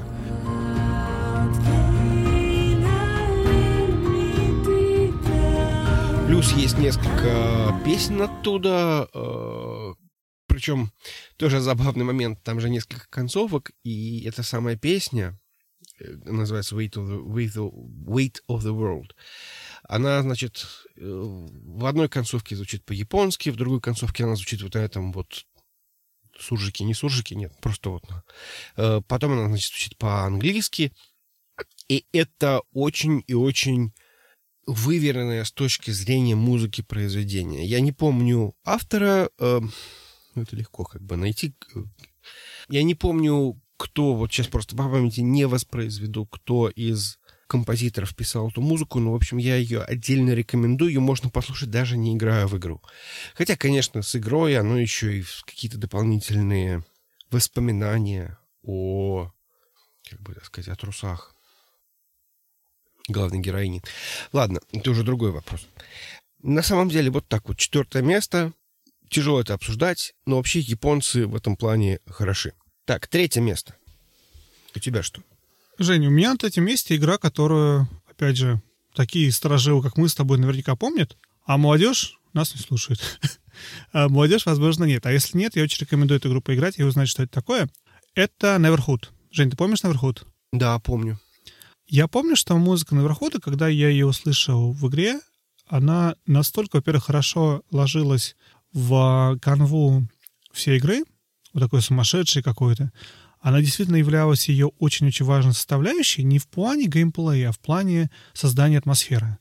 Плюс есть несколько песен оттуда, э, причем тоже забавный момент, там же несколько концовок, и эта самая песня называется Weight of the, Weight of, Weight of the World. Она, значит, в одной концовке звучит по-японски, в другой концовке она звучит вот на этом вот суржики, не суржики, нет, просто вот. Потом она, значит, звучит по-английски. И это очень и очень выверенное с точки зрения музыки произведение. Я не помню автора, э, ну, это легко как бы найти. Я не помню кто, вот сейчас просто по памяти не воспроизведу, кто из композиторов писал эту музыку, но, в общем, я ее отдельно рекомендую, ее можно послушать, даже не играя в игру. Хотя, конечно, с игрой оно еще и какие-то дополнительные воспоминания о, как бы так сказать, о трусах главной героини. Ладно, это уже другой вопрос. На самом деле, вот так вот, четвертое место. Тяжело это обсуждать, но вообще японцы в этом плане хороши. Так, третье место. У тебя что? Женя, у меня на третьем месте игра, которую, опять же, такие сторожилы, как мы с тобой, наверняка помнят, а молодежь нас не слушает. А молодежь, возможно, нет. А если нет, я очень рекомендую эту игру поиграть и узнать, что это такое. Это Neverhood. Жень, ты помнишь Neverhood? Да, помню. Я помню, что музыка Neverhood, когда я ее услышал в игре, она настолько, во-первых, хорошо ложилась в канву всей игры, вот такой сумасшедший какой-то. Она действительно являлась ее очень-очень важной составляющей не в плане геймплея, а в плане создания атмосферы.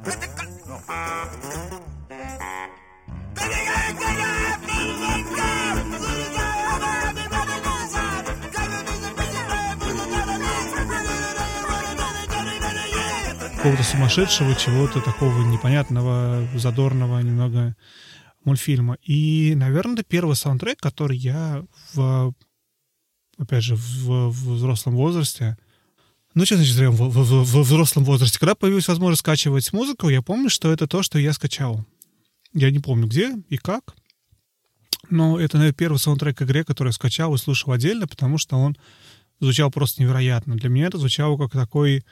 Какого-то сумасшедшего, чего-то такого непонятного, задорного немного мультфильма. И, наверное, это первый саундтрек, который я в, опять же, в, в взрослом возрасте, ну, что значит в, в, в, в взрослом возрасте, когда появилась возможность скачивать музыку, я помню, что это то, что я скачал. Я не помню, где и как, но это, наверное, первый саундтрек к игре, который я скачал и слушал отдельно, потому что он звучал просто невероятно. Для меня это звучало как такой...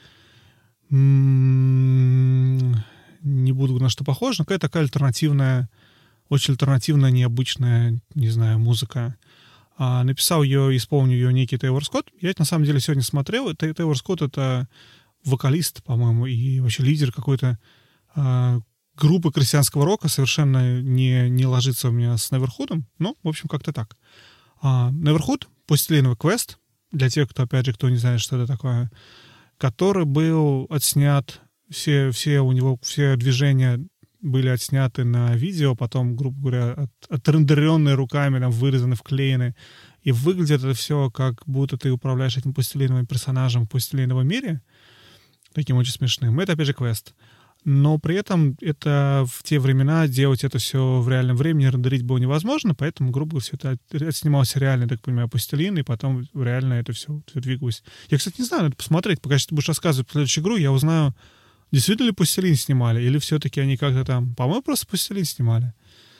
не буду на что похож, но какая-то такая альтернативная, очень альтернативная, необычная, не знаю, музыка. А, написал ее, исполнил ее некий Тейлор Скотт. Я это на самом деле сегодня смотрел. Тейлор Скотт — это вокалист, по-моему, и вообще лидер какой-то а, группы крестьянского рока. Совершенно не, не ложится у меня с Neverhood'ом. Ну, в общем, как-то так. А, Neverhood — пластилиновый квест. Для тех, кто, опять же, кто не знает, что это такое, который был отснят, все, все у него, все движения были отсняты на видео, потом, грубо говоря, от, отрендеренные руками, там, вырезаны, вклеены. И выглядит это все, как будто ты управляешь этим пластилиновым персонажем в пластилиновом мире, таким очень смешным. Это, опять же, квест. Но при этом это в те времена делать это все в реальном времени, рендерить было невозможно, поэтому, грубо говоря, все это, это снимался реально, так понимаю, пластилин, и потом реально это все, все двигалось. Я, кстати, не знаю, надо посмотреть, пока ты будешь рассказывать про следующую игру, я узнаю, действительно ли пластилин снимали, или все-таки они как-то там, по-моему, просто пластилин снимали.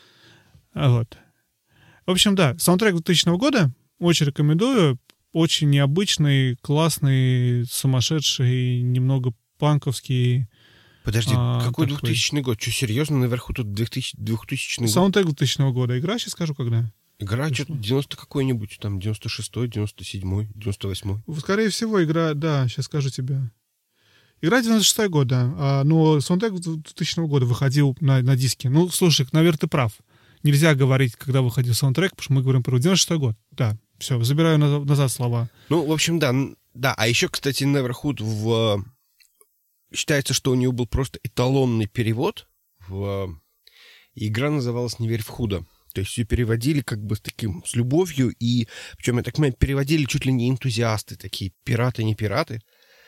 Вот. В общем, да, саундтрек двухтысячного года, очень рекомендую, очень необычный, классный, сумасшедший, немного панковский. Подожди, а, какой такой... двухтысячный год? Что, серьезно, наверху тут двухтысячный год? Саундтрек двухтысячного года. Игра, сейчас скажу, когда. Игра что-то девяносто какой-нибудь, там, девяносто шестой, девяносто седьмой, девяносто восьмой. Скорее всего, игра, да, сейчас скажу тебе. Игра девяносто шестой год, да. А, но саундтрек двухтысячного года выходил на, на диске. Ну, слушай, наверное, ты прав. Нельзя говорить, когда выходил саундтрек, потому что мы говорим про девяносто шестой год. Да, все, забираю назад слова. Ну, в общем, да. Да, а еще, кстати, Neverhood в... Считается, что у него был просто эталонный перевод. В... Игра называлась «Не верь в худо». То есть ее переводили как бы с таким, с любовью, и, причем, я так понимаю, переводили чуть ли не энтузиасты, такие пираты, не пираты.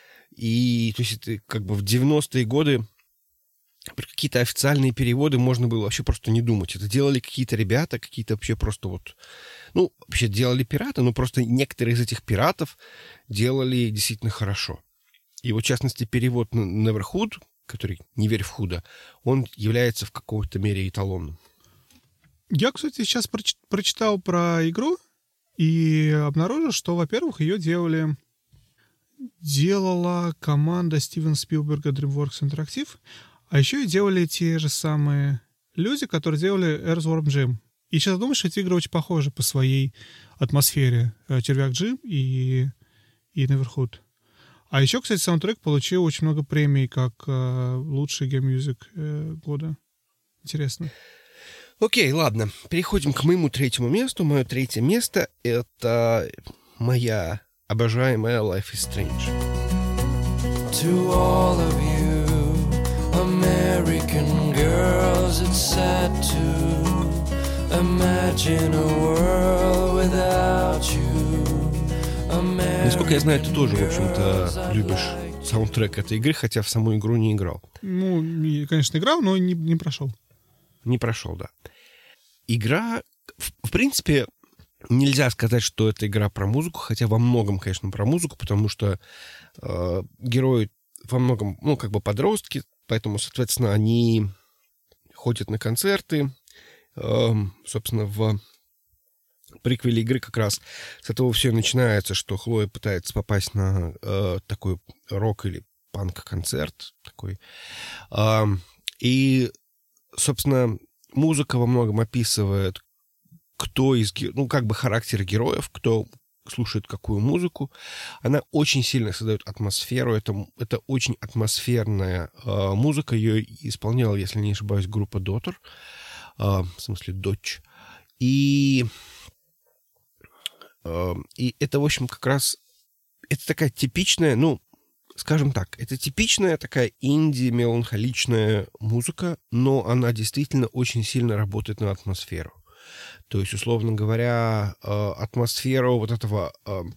И, то есть, это как бы в девяностые годы про какие-то официальные переводы можно было вообще просто не думать. Это делали какие-то ребята, какие-то вообще просто вот... Ну, вообще делали пираты, но просто некоторые из этих пиратов делали действительно хорошо. И вот, в частности, перевод Neverhood, который «Не верь в худо», он является в какой-то мере эталонным. Я, кстати, сейчас проч- прочитал про игру и обнаружил, что, во-первых, ее делали... делала команда Стивена Спилберга DreamWorks Interactive, а еще и делали те же самые люди, которые делали Earthworm Jim. И сейчас думаю, что эти игры очень похожи по своей атмосфере. Червяк Джим и, и Neverhood. А еще, кстати, саундтрек получил очень много премий как э, лучший гейм-мьюзик э, года. Интересно. Окей, ладно. Переходим к моему третьему месту. Мое третье место — это моя обожаемая Life is Strange. To all of you American girls, it's sad to imagine a world without you. A Насколько я знаю, ты тоже, в общем-то, любишь саундтрек этой игры, хотя в саму игру не играл. Ну, я, конечно, играл, но не, не прошел. Не прошел, да. Игра, в, в принципе, нельзя сказать, что это игра про музыку, хотя во многом, конечно, про музыку, потому что э, герои во многом, ну, как бы подростки, поэтому, соответственно, они ходят на концерты. Э, собственно, в приквеле игры как раз с этого все начинается, что Хлоя пытается попасть на э, такой рок- или панк-концерт такой. Э, и, собственно, музыка во многом описывает, кто из, ну, как бы характер героев, кто слушает какую музыку. Она очень сильно создает атмосферу. Это, это очень атмосферная э, музыка. Ее исполняла, если не ошибаюсь, группа Daughter. Э, в смысле, Dodge. И, э, и это, в общем, как раз... Это такая типичная, ну, скажем так, это типичная такая инди-меланхоличная музыка, но она действительно очень сильно работает на атмосферу. То есть, условно говоря, атмосферу вот этого,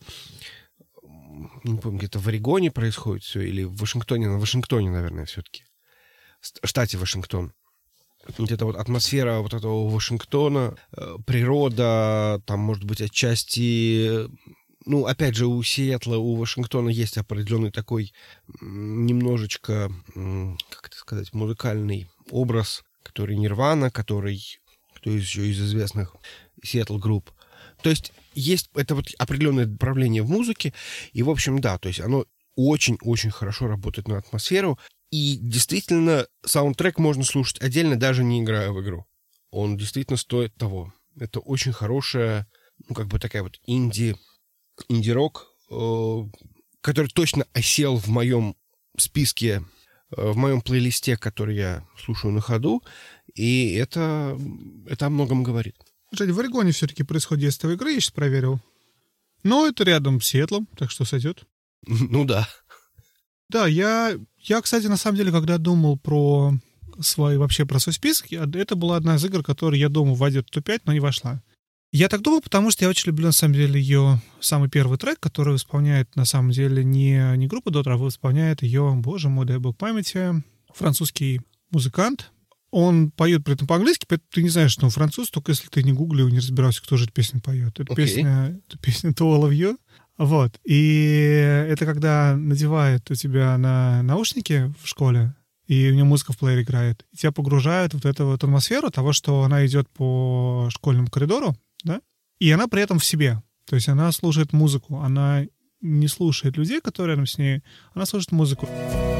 не помню, где-то в Орегоне происходит все, или в Вашингтоне, на Вашингтоне, наверное, все-таки, в штате Вашингтон. Вот эта вот атмосфера вот этого Вашингтона, природа, там, может быть, отчасти... Ну, опять же, у Сиэтла, у Вашингтона есть определенный такой немножечко, как это сказать, музыкальный образ, который Нирвана, который... кто еще из известных Seattle групп. То есть есть это вот определенное направление в музыке, и, в общем, да, то есть оно очень-очень хорошо работает на атмосферу, и действительно саундтрек можно слушать отдельно, даже не играя в игру. Он действительно стоит того. Это очень хорошая, ну, как бы такая вот инди, инди-рок, э, который точно осел в моем списке, э, в моем плейлисте, который я слушаю на ходу, и это, это о многом говорит. Кстати, в Орегоне все-таки происходит действие игры, я сейчас проверил. Но это рядом с Сиэтлом, так что сойдет. Ну да. Да, я, я, кстати, на самом деле, когда думал про свой, вообще про свой список, это была одна из игр, которая, я думаю, войдет в топ пять, но не вошла. Я так думал, потому что я очень люблю, на самом деле, ее самый первый трек, который исполняет, на самом деле, не, не группа Daughter, а исполняет ее, боже мой, дай бог памяти, французский музыкант. Он поет при этом по-английски, поэтому ты не знаешь, что он француз, только если ты не гуглил и не разбирался, кто же эту песню поет. Это, okay. песня, это песня To All of You. Вот. И это когда надевают у тебя на наушники в школе, и у нее музыка в плеере играет, и тебя погружают в вот эту вот атмосферу того, что она идет по школьному коридору, да, и она при этом в себе. То есть она слушает музыку, она не слушает людей, которые рядом с ней, она слушает музыку.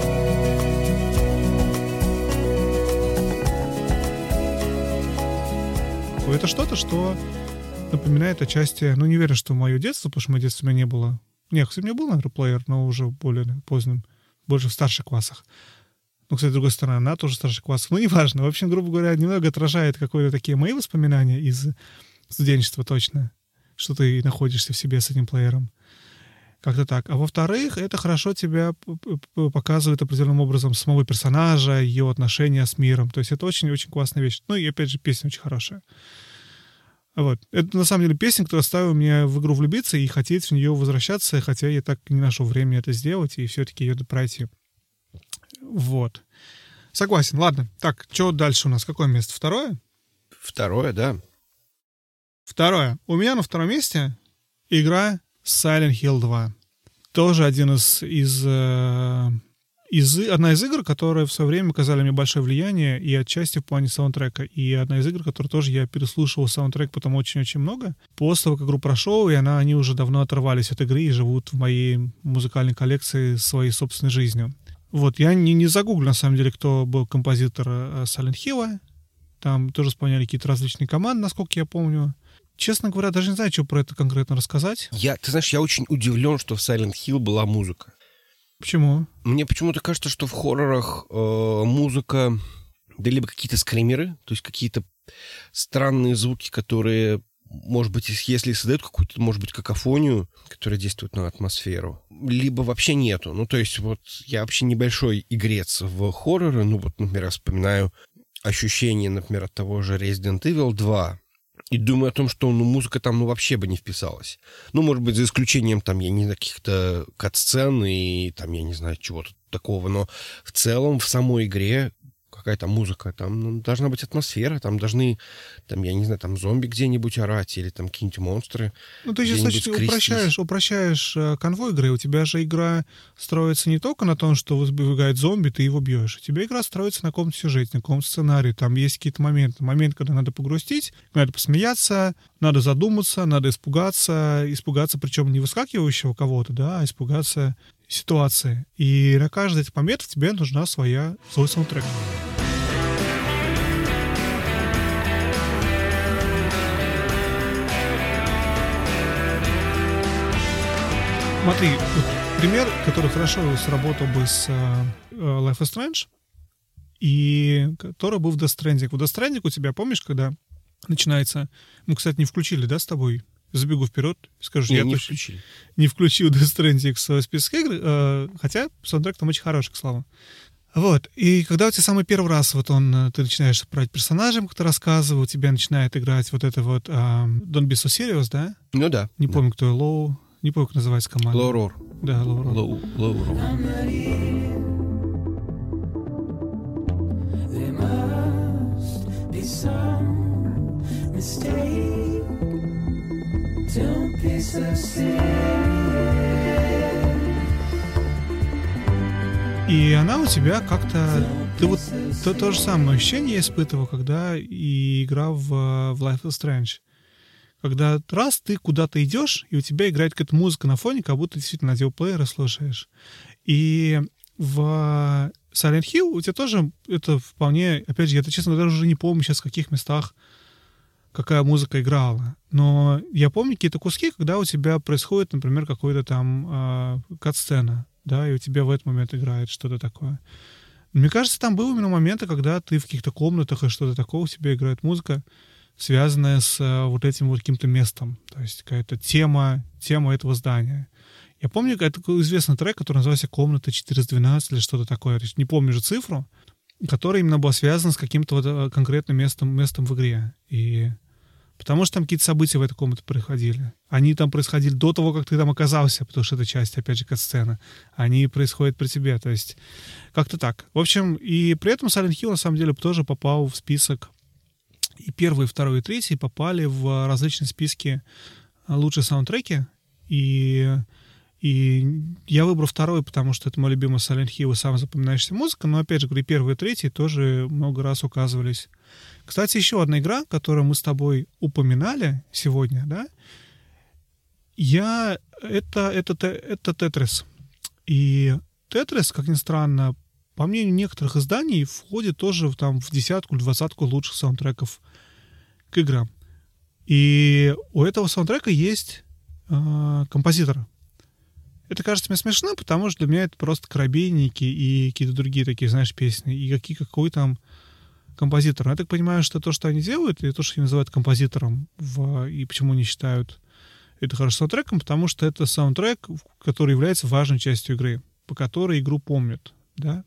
Это что-то, что напоминает отчасти, ну, не уверен, что мое детство, потому что мое детство у меня не было. Нет, кстати, у меня был, наверное, плеер, но уже более поздним, больше в старших классах. Ну, кстати, с другой стороны, она тоже в старших классах. Ну, неважно. В общем, грубо говоря, немного отражает какие-то такие мои воспоминания из студенчества точно, что ты находишься в себе с этим плеером. Как-то так. А во-вторых, это хорошо тебя показывает определенным образом самого персонажа, ее отношения с миром. То есть это очень-очень классная вещь. Ну и, опять же, песня очень хорошая. Вот. Это, на самом деле, песня, которая заставила меня в игру влюбиться и хотеть в нее возвращаться, хотя я так не нашел времени это сделать, и все-таки ее пройти. Вот. Согласен. Ладно. Так, что дальше у нас? Какое место? Второе? Второе, да. Второе. У меня на втором месте игра Silent Hill два. Тоже один из, из, из... Одна из игр, которые в свое время оказали мне большое влияние, и отчасти в плане саундтрека. И одна из игр, которую тоже я переслушивал саундтрек потом очень-очень много. После того, как игру прошел, и она, они уже давно оторвались от игры и живут в моей музыкальной коллекции своей собственной жизнью. Вот, я не, не загуглю, на самом деле, кто был композитор Silent Hill. Там тоже исполняли какие-то различные команды, насколько я помню. Честно говоря, даже не знаю, что про это конкретно рассказать. Я, ты знаешь, я очень удивлен, что в Silent Hill была музыка. Почему? Мне почему-то кажется, что в хоррорах э, музыка, да либо какие-то скримеры, то есть какие-то странные звуки, которые, может быть, если создают какую-то, может быть, какофонию, которая действует на атмосферу, либо вообще нету. Ну, то есть вот я вообще небольшой игрец в хорроры, ну вот, например, я вспоминаю ощущение, например, от того же Resident Evil два, И думаю о том, что ну, музыка там ну, вообще бы не вписалась. Ну, может быть, за исключением там, я не знаю, каких-то кат-сцен и там, я не знаю, чего-то такого. Но в целом в самой игре какая-то музыка, там ну, должна быть атмосфера, там должны, там, я не знаю, там зомби где-нибудь орать или там какие-нибудь монстры. Ну, ты сейчас очень упрощаешь, упрощаешь э, конвой игры. У тебя же игра строится не только на том, что выбегает зомби, ты его бьешь. У тебя игра строится на каком-то сюжете, на каком-то сценарии. Там есть какие-то моменты. Момент, когда надо погрустить, надо посмеяться, надо задуматься, надо испугаться. Испугаться, причем не выскакивающего кого-то, да, а испугаться ситуации. И на каждый этих моментов тебе нужна своя, свой саундтрек. Смотри, вот пример, который хорошо сработал бы с uh, Life is Strange, и который был в Death Stranding. В Death Stranding у тебя, помнишь, когда начинается... Мы, кстати, не включили, да, с тобой? Забегу вперед, скажу, не, я не точно включили. Не включил Death Stranding в свой список игр, uh, хотя саундтрек там очень хороший, к слову. Вот, и когда у тебя самый первый раз вот он, ты начинаешь управлять персонажем, как ты рассказывал, у тебя начинает играть вот это вот uh, Don't Be So Serious, да? Ну да. Не да. помню, кто Low... Не помню, как называется команда. Low Roar. Да, Low Roar. Low, low Roar. И она у тебя как-то... Ты вот то, то же самое ощущение испытывал, когда и играл в, в Life is Strange. Когда раз ты куда-то идешь, и у тебя играет какая-то музыка на фоне, как будто действительно аудиоплеера слушаешь. И в Silent Hill у тебя тоже это вполне... Опять же, я, честно говоря, уже не помню сейчас, в каких местах какая музыка играла. Но я помню какие-то куски, когда у тебя происходит, например, какой-то там э, кат-сцена, да, и у тебя в этот момент играет что-то такое. Мне кажется, там были именно моменты, когда ты в каких-то комнатах и что-то такое, у тебя играет музыка, связанная с а, вот этим вот каким-то местом. То есть какая-то тема, тема этого здания. Я помню, это такой известный трек, который назывался «Комната четыреста двенадцать» или что-то такое. Не помню же цифру, которая именно была связана с каким-то вот конкретным местом, местом в игре. И потому что там какие-то события в этой комнате происходили. Они там происходили до того, как ты там оказался, потому что это часть, опять же, кат-сцены. Они происходят при тебе. То есть как-то так. В общем, и при этом Silent Hill, на самом деле, тоже попал в список. И первый, второй и третий попали в различные списки лучшие саундтреки. И, и я выбрал второй, потому что это мой любимый Silent Hill и самая запоминающаяся музыка. Но, опять же, говорю, первый и третий тоже много раз указывались. Кстати, еще одна игра, которую мы с тобой упоминали сегодня, да, я... Это, это, это Tetris. И Tetris, как ни странно, по мнению некоторых изданий, входит тоже в, там, в десятку, двадцатку лучших саундтреков к играм. И у этого саундтрека есть э, композитор. Это кажется мне смешно, потому что для меня это просто «Коробейники» и какие-то другие такие, знаешь, песни. И какие, какой там композитор. Но я так понимаю, что то, что они делают, и то, что они называют композитором, в, и почему они считают это хорошим саундтреком, потому что это саундтрек, который является важной частью игры, по которой игру помнят, да.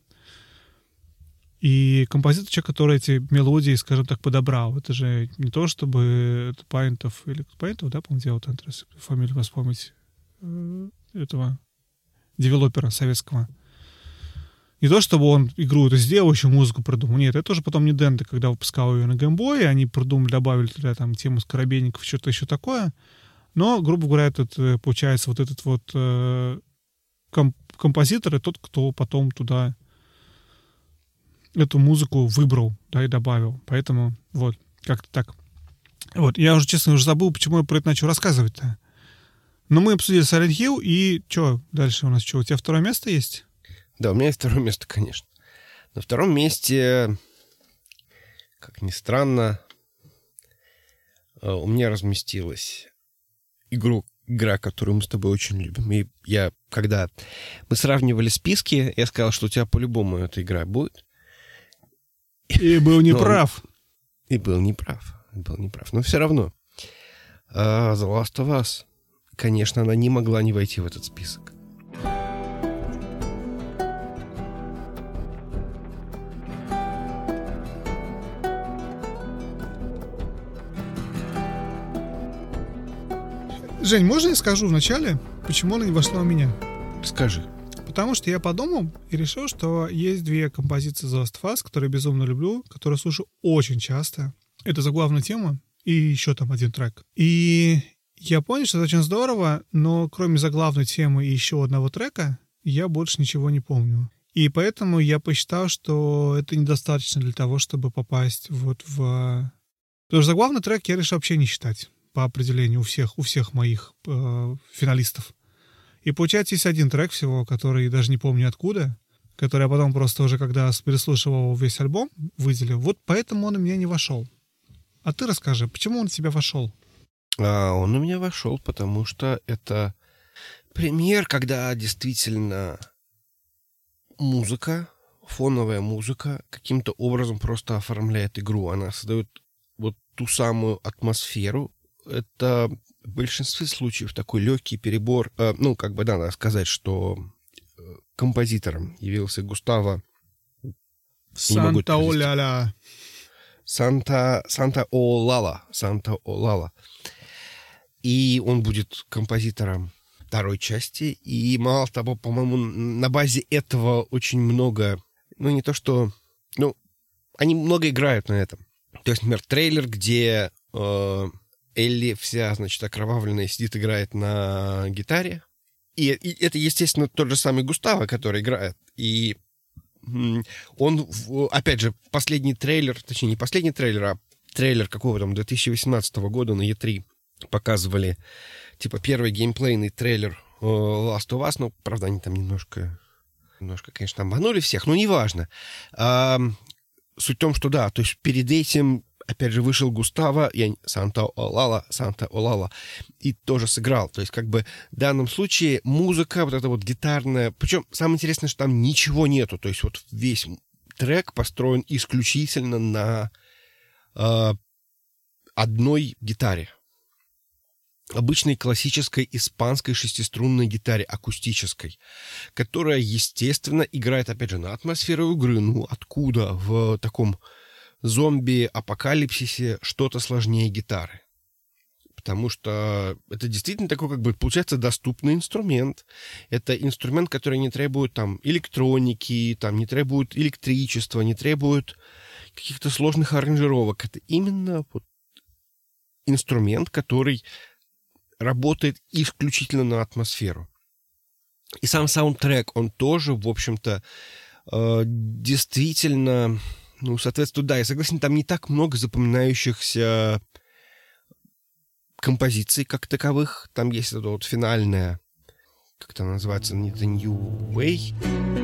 И композитор, человек, который эти мелодии, скажем так, подобрал. Это же не то, чтобы это Пайнтов, или Пайнтов, да, по-моему, делал, если фамилию вспомнить, этого девелопера советского. Не то, чтобы он игру это сделал, еще музыку продумал. Нет, это тоже потом не Денте, когда выпускал ее на геймбое, они продумали, добавили туда там тему с Коробейников, что-то еще такое. Но, грубо говоря, этот, получается, вот этот вот э, комп- композитор, и тот, кто потом туда эту музыку выбрал, да, и добавил. Поэтому вот, как-то так. Вот, я уже, честно, уже забыл, почему я про это начал рассказывать-то. Но мы обсудили Silent Hill, и что дальше у нас? Что, у тебя второе место есть? Да, у меня есть второе место, конечно. На втором месте, как ни странно, у меня разместилась игру, игра, которую мы с тобой очень любим. И я, когда мы сравнивали списки, я сказал, что у тебя по-любому эта игра будет. И был неправ. И был неправ. Был неправ. Но все равно. Uh, The Last of Us, конечно, она не могла не войти в этот список. Жень, можно я скажу вначале, почему она не вошла у меня? Скажи. Потому что я подумал и решил, что есть две композиции The Last of Us, которые я безумно люблю, которые слушаю очень часто. Это заглавная тема и еще там один трек. И я понял, что это очень здорово, но кроме заглавной темы и еще одного трека, я больше ничего не помню. И поэтому я посчитал, что это недостаточно для того, чтобы попасть вот в... Потому что заглавный трек я решил вообще не считать по определению у всех, у всех моих э, финалистов. И получается, есть один трек всего, который даже не помню откуда, который я потом просто уже, когда переслушивал весь альбом, выделил. Вот поэтому он у меня не вошел. А ты расскажи, почему он у тебя вошел? А он у меня вошел, потому что это пример, когда действительно музыка, фоновая музыка каким-то образом просто оформляет игру. Она создает вот ту самую атмосферу. Это в большинстве случаев такой легкий перебор. Э, ну, как бы, да, надо сказать, что композитором явился Густаво Санта-Оляля. Санта, Санта-Олала. Санта-Олала. И он будет композитором второй части. И мало того, по-моему, на базе этого очень много... Ну, не то что... Ну, они много играют на этом. То есть, например, трейлер, где э, Элли вся, значит, окровавленная сидит, играет на гитаре. И, и это, естественно, тот же самый Густаво, который играет. И он, опять же, последний трейлер, точнее, не последний трейлер, а трейлер какого там две тысячи восемнадцатого года на и три показывали, типа, первый геймплейный трейлер Last of Us, ну, правда, они там немножко, немножко, конечно, обманули всех, но неважно. А, суть в том, что да, то есть перед этим, опять же, вышел Густаво, я, Санта-Олала, Санта-Олала, и тоже сыграл. То есть, как бы, в данном случае музыка, вот эта вот гитарная... Причем, самое интересное, что там ничего нету. То есть, вот весь трек построен исключительно на э, одной гитаре. Обычной классической испанской шестиструнной гитаре, акустической, которая, естественно, играет, опять же, на атмосферу игры. Ну, откуда в таком зомби-апокалипсисе что-то сложнее гитары? Потому что это действительно такой, как бы, получается, доступный инструмент. Это инструмент, который не требует там электроники, там, не требует электричества, не требует каких-то сложных аранжировок. Это именно вот инструмент, который работает исключительно на атмосферу. И сам саундтрек, он тоже, в общем-то, э, действительно, ну, соответственно, да, я согласен, там не так много запоминающихся композиций как таковых. Там есть это вот финальная, как это называется, не The New Way.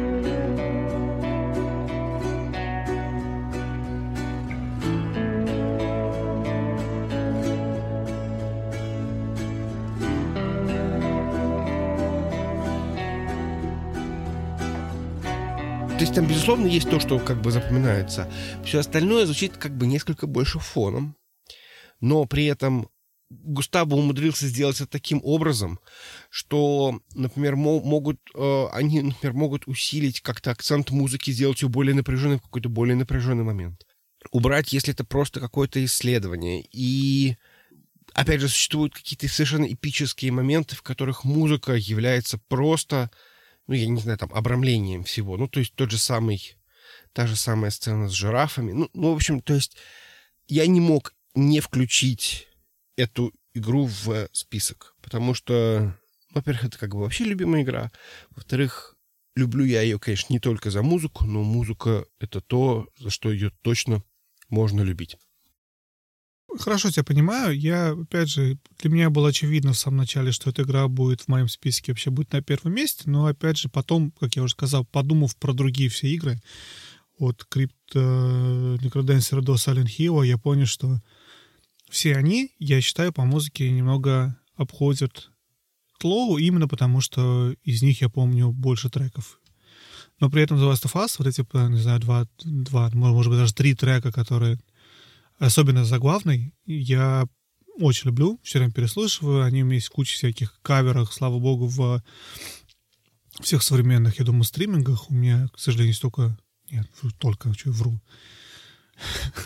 То есть там, безусловно, есть то, что как бы запоминается. Все остальное звучит как бы несколько больше фоном. Но при этом Густаво умудрился сделать это таким образом, что, например, мо- могут, э, они, например, могут усилить как-то акцент музыки, сделать ее более напряженной в какой-то более напряженный момент. Убрать, если это просто какое-то исследование. И, опять же, существуют какие-то совершенно эпические моменты, в которых музыка является просто... ну, я не знаю, там, обрамлением всего. Ну, то есть тот же самый, та же самая сцена с жирафами. Ну, ну, в общем, то есть я не мог не включить эту игру в список, потому что, во-первых, это как бы вообще любимая игра. Во-вторых, люблю я ее, конечно, не только за музыку, но музыка — это то, за что ее точно можно любить. Хорошо тебя понимаю. Я, опять же, для меня было очевидно в самом начале, что эта игра будет в моем списке, вообще будет на первом месте, но, опять же, потом, как я уже сказал, подумав про другие все игры, от Crypt Necrodancer до Silent Hill, я понял, что все они, я считаю, по музыке немного обходят Тлоу, именно потому, что из них я помню больше треков. Но при этом The Last of Us, вот эти, не знаю, два, два может быть, даже три трека, которые особенно заглавный, я очень люблю, все время переслушиваю. Они у меня есть куча всяких каверов, слава богу, в всех современных, я думаю, стримингах. У меня, к сожалению, столько... Нет, только, что вру.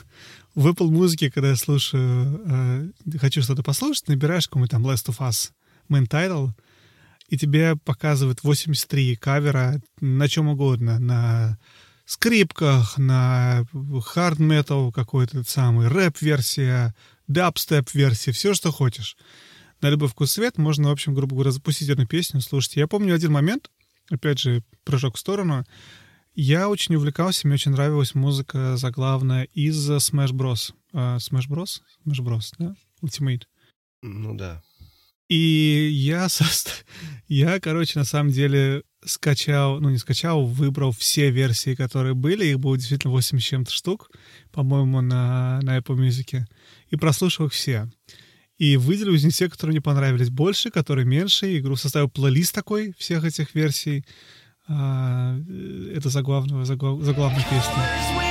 В Apple музыке, когда я слушаю, э, хочу что-то послушать, набираешь какой-нибудь там Last of Us, main title, и тебе показывают восемьдесят три кавера на чем угодно, на скрипках, на hard metal какой-то самый, рэп-версия, дабстеп-версия, все, что хочешь. На любой вкус цвет можно, в общем, грубо говоря, запустить одну песню, слушать. Я помню один момент, опять же, прыжок в сторону, я очень увлекался, мне очень нравилась музыка заглавная из Smash Bros. Uh, Smash Bros? Smash Bros, да? Ultimate. Ну да. И я, я, короче, на самом деле скачал, ну не скачал, выбрал все версии, которые были, их было действительно восемь с чем-то штук, по-моему, на, на Apple Music, и прослушал их все. И выделил из них те, которые мне понравились больше, которые меньше, игру составил плейлист такой всех этих версий, а, это заглавного, заглав, заглавной песни.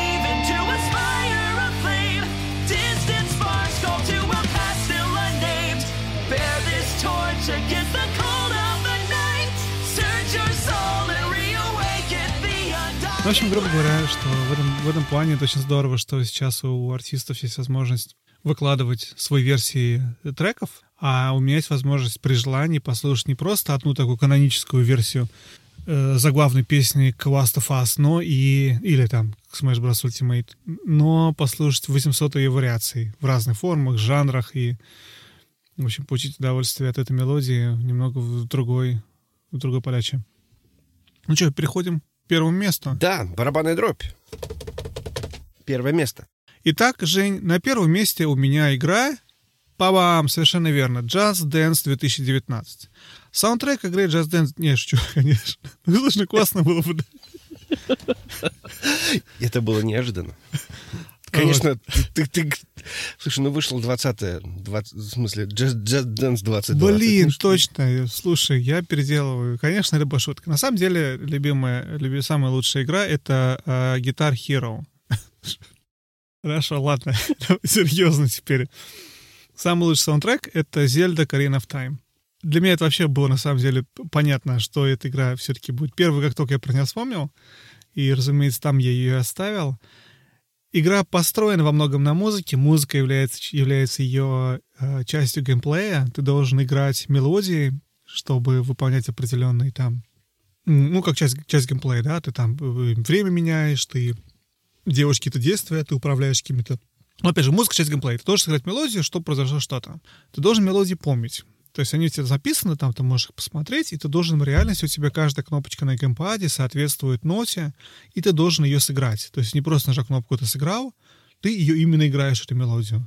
В общем, грубо говоря, что в этом, в этом плане это очень здорово, что сейчас у артистов есть возможность выкладывать свои версии треков, а у меня есть возможность при желании послушать не просто одну такую каноническую версию э, заглавной песни к Last of Us, но и, или там к Smash Bros. Ultimate, но послушать восемьсот ее вариаций в разных формах, жанрах и, в общем, получить удовольствие от этой мелодии немного в другой, в другой подаче. Ну что, переходим к первому месту. Да, барабанная дробь. Первое место. Итак, Жень, на первом месте у меня игра, па-бам, совершенно верно, Just Dance две тысячи девятнадцать. Саундтрек игры Just Dance... Не, шучу, конечно. Ну, слушай, классно было бы. Это было неожиданно. Конечно, ты, ты, ты... Слушай, ну вышло двадцатое, двадцать, в смысле, Just, Just Dance двадцать двадцать. Блин, ну, точно. Слушай, я переделываю. Конечно, это была шутка. На самом деле, любимая, любимая самая лучшая игра — это uh, Guitar Hero. Хорошо, ладно. Серьезно теперь. Самый лучший саундтрек — это Zelda Ocarina of Time. Для меня это вообще было, на самом деле, понятно, что эта игра все-таки будет первой, как только я про нее вспомнил. И, разумеется, там я ее оставил. Игра построена во многом на музыке. Музыка является, является ее э, частью геймплея. Ты должен играть мелодии, чтобы выполнять определенные там... Ну, как часть, часть геймплея, да? Ты там время меняешь, ты делаешь какие-то действия, ты управляешь какими-то... Но, опять же, музыка — часть геймплея. Ты должен сыграть мелодию, чтобы произошло что-то. Ты должен мелодии помнить. То есть они у тебя записаны, там ты можешь их посмотреть, и ты должен в реальности, у тебя каждая кнопочка на геймпаде соответствует ноте, и ты должен ее сыграть. То есть не просто нажав кнопку, ты сыграл, ты ее именно играешь, эту мелодию.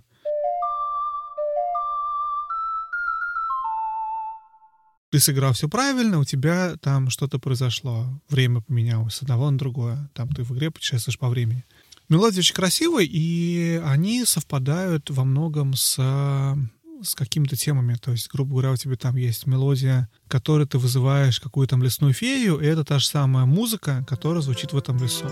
Ты сыграл все правильно, у тебя там что-то произошло, время поменялось с одного на другое. Там ты в игре путешествуешь по времени. Мелодии очень красивые, и они совпадают во многом с... с какими-то темами. То есть, грубо говоря, у тебя там есть мелодия, которой ты вызываешь какую-то там лесную фею, и это та же самая музыка, которая звучит в этом лесу.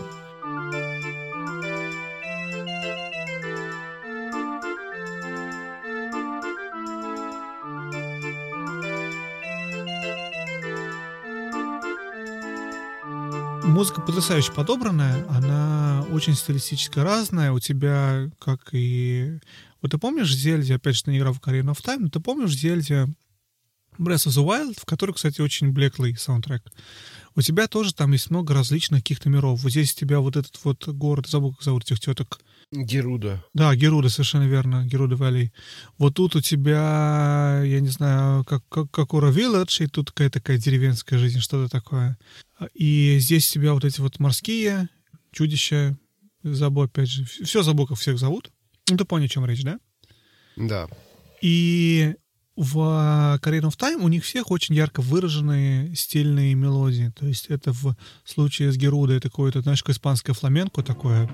Музыка потрясающе подобранная, она очень стилистически разная. У тебя, как и... Вот ты помнишь в Зельде, опять же, ты не играл в Ocarina of Time, но ты помнишь в Зельде Breath of the Wild, в которой, кстати, очень блеклый саундтрек. У тебя тоже там есть много различных каких-то миров. Вот здесь у тебя вот этот вот город, забыл, как зовут этих теток. Геруда. Да, Геруда, совершенно верно, Геруда Валли. Вот тут у тебя, я не знаю, как, как, как Ура Вилледж, и тут какая-то такая деревенская жизнь, что-то такое. И здесь у тебя вот эти вот морские чудища, забыл, опять же, все забыл, как всех зовут. Ну, ты понял, о чем речь, да? Да. И в Ocarina of Time у них всех очень ярко выраженные стильные мелодии. То есть это в случае с Герудой это какое-то, знаешь, какое испанское фламенко такое.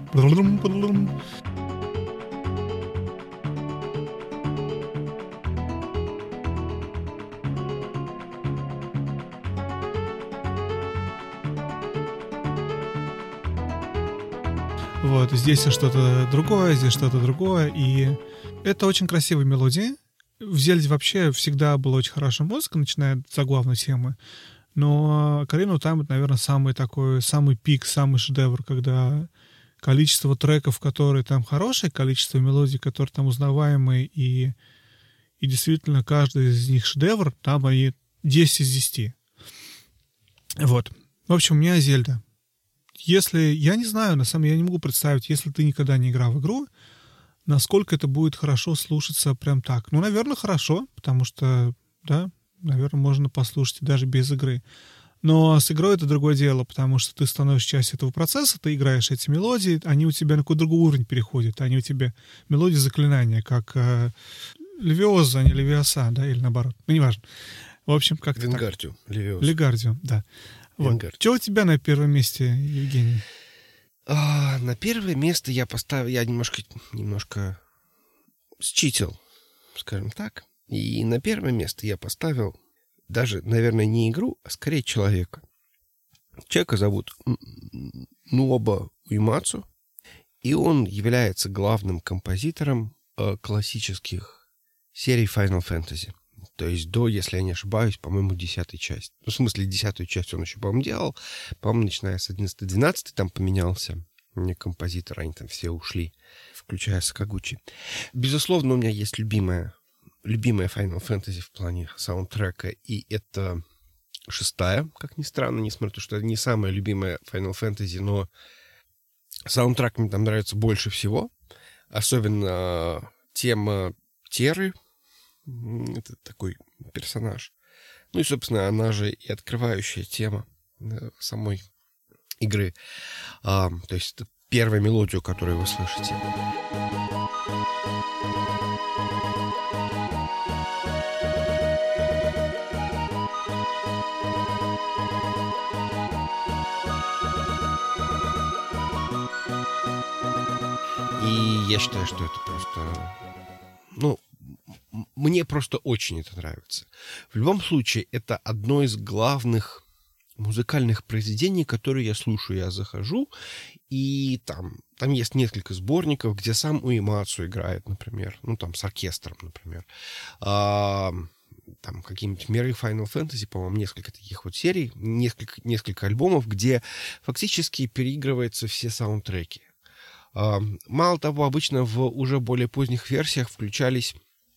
Вот, здесь что-то другое, здесь что-то другое, и это очень красивые мелодии. В Зельде вообще всегда была очень хорошая музыка, начиная с заглавной темы, но Ocarina of Time — это, наверное, самый такой, самый пик, самый шедевр, когда количество треков, которые там хорошие, количество мелодий, которые там узнаваемые, и, и действительно каждый из них шедевр, там они десять из десяти. Вот. В общем, у меня Зельда. Если, я не знаю, на самом деле, я не могу представить, если ты никогда не играл в игру, насколько это будет хорошо слушаться прям так. Ну, наверное, хорошо, потому что, да, наверное, можно послушать даже без игры. Но с игрой это другое дело, потому что ты становишься частью этого процесса, ты играешь эти мелодии, они у тебя на какой-то другой уровень переходят, они у тебя мелодии заклинания, как э, Левиоза, а не Левиоса, да, или наоборот, ну, неважно. В общем, как-то Венгардиум, Левиоса. Легардиум, да. Вот. Что у тебя на первом месте, Евгений? А, на первое место я поставил, я немножко, немножко считил, скажем так, и на первое место я поставил даже, наверное, не игру, а скорее человека. Человека зовут Ноба Уэмацу, и он является главным композитором э, классических серий Final Fantasy. То есть до, если я не ошибаюсь, по-моему, десятой части. Ну, в смысле, десятую часть он еще, по-моему, делал. По-моему, начиная с одиннадцатой-двенадцатой там поменялся не композитор, они там все ушли, включая Сакагучи. Безусловно, у меня есть любимая любимая Final Fantasy в плане саундтрека, и это шестая, как ни странно, несмотря на то, что это не самая любимая Final Fantasy, но саундтрек мне там нравится больше всего. Особенно тема Теры. Это такой персонаж. Ну и, собственно, она же и открывающая тема самой игры. А, то есть это первая мелодия, которую вы слышите. И я считаю, что это просто... Ну, мне просто очень это нравится. В любом случае, это одно из главных музыкальных произведений, которые я слушаю. Я захожу, и там, там есть несколько сборников, где сам Уэмацу играет, например. Ну, там, с оркестром, например. А, там какие-нибудь миры Final Fantasy, по-моему, несколько таких вот серий, несколько, несколько альбомов, где фактически переигрываются все саундтреки. А, мало того, обычно в уже более поздних версиях включались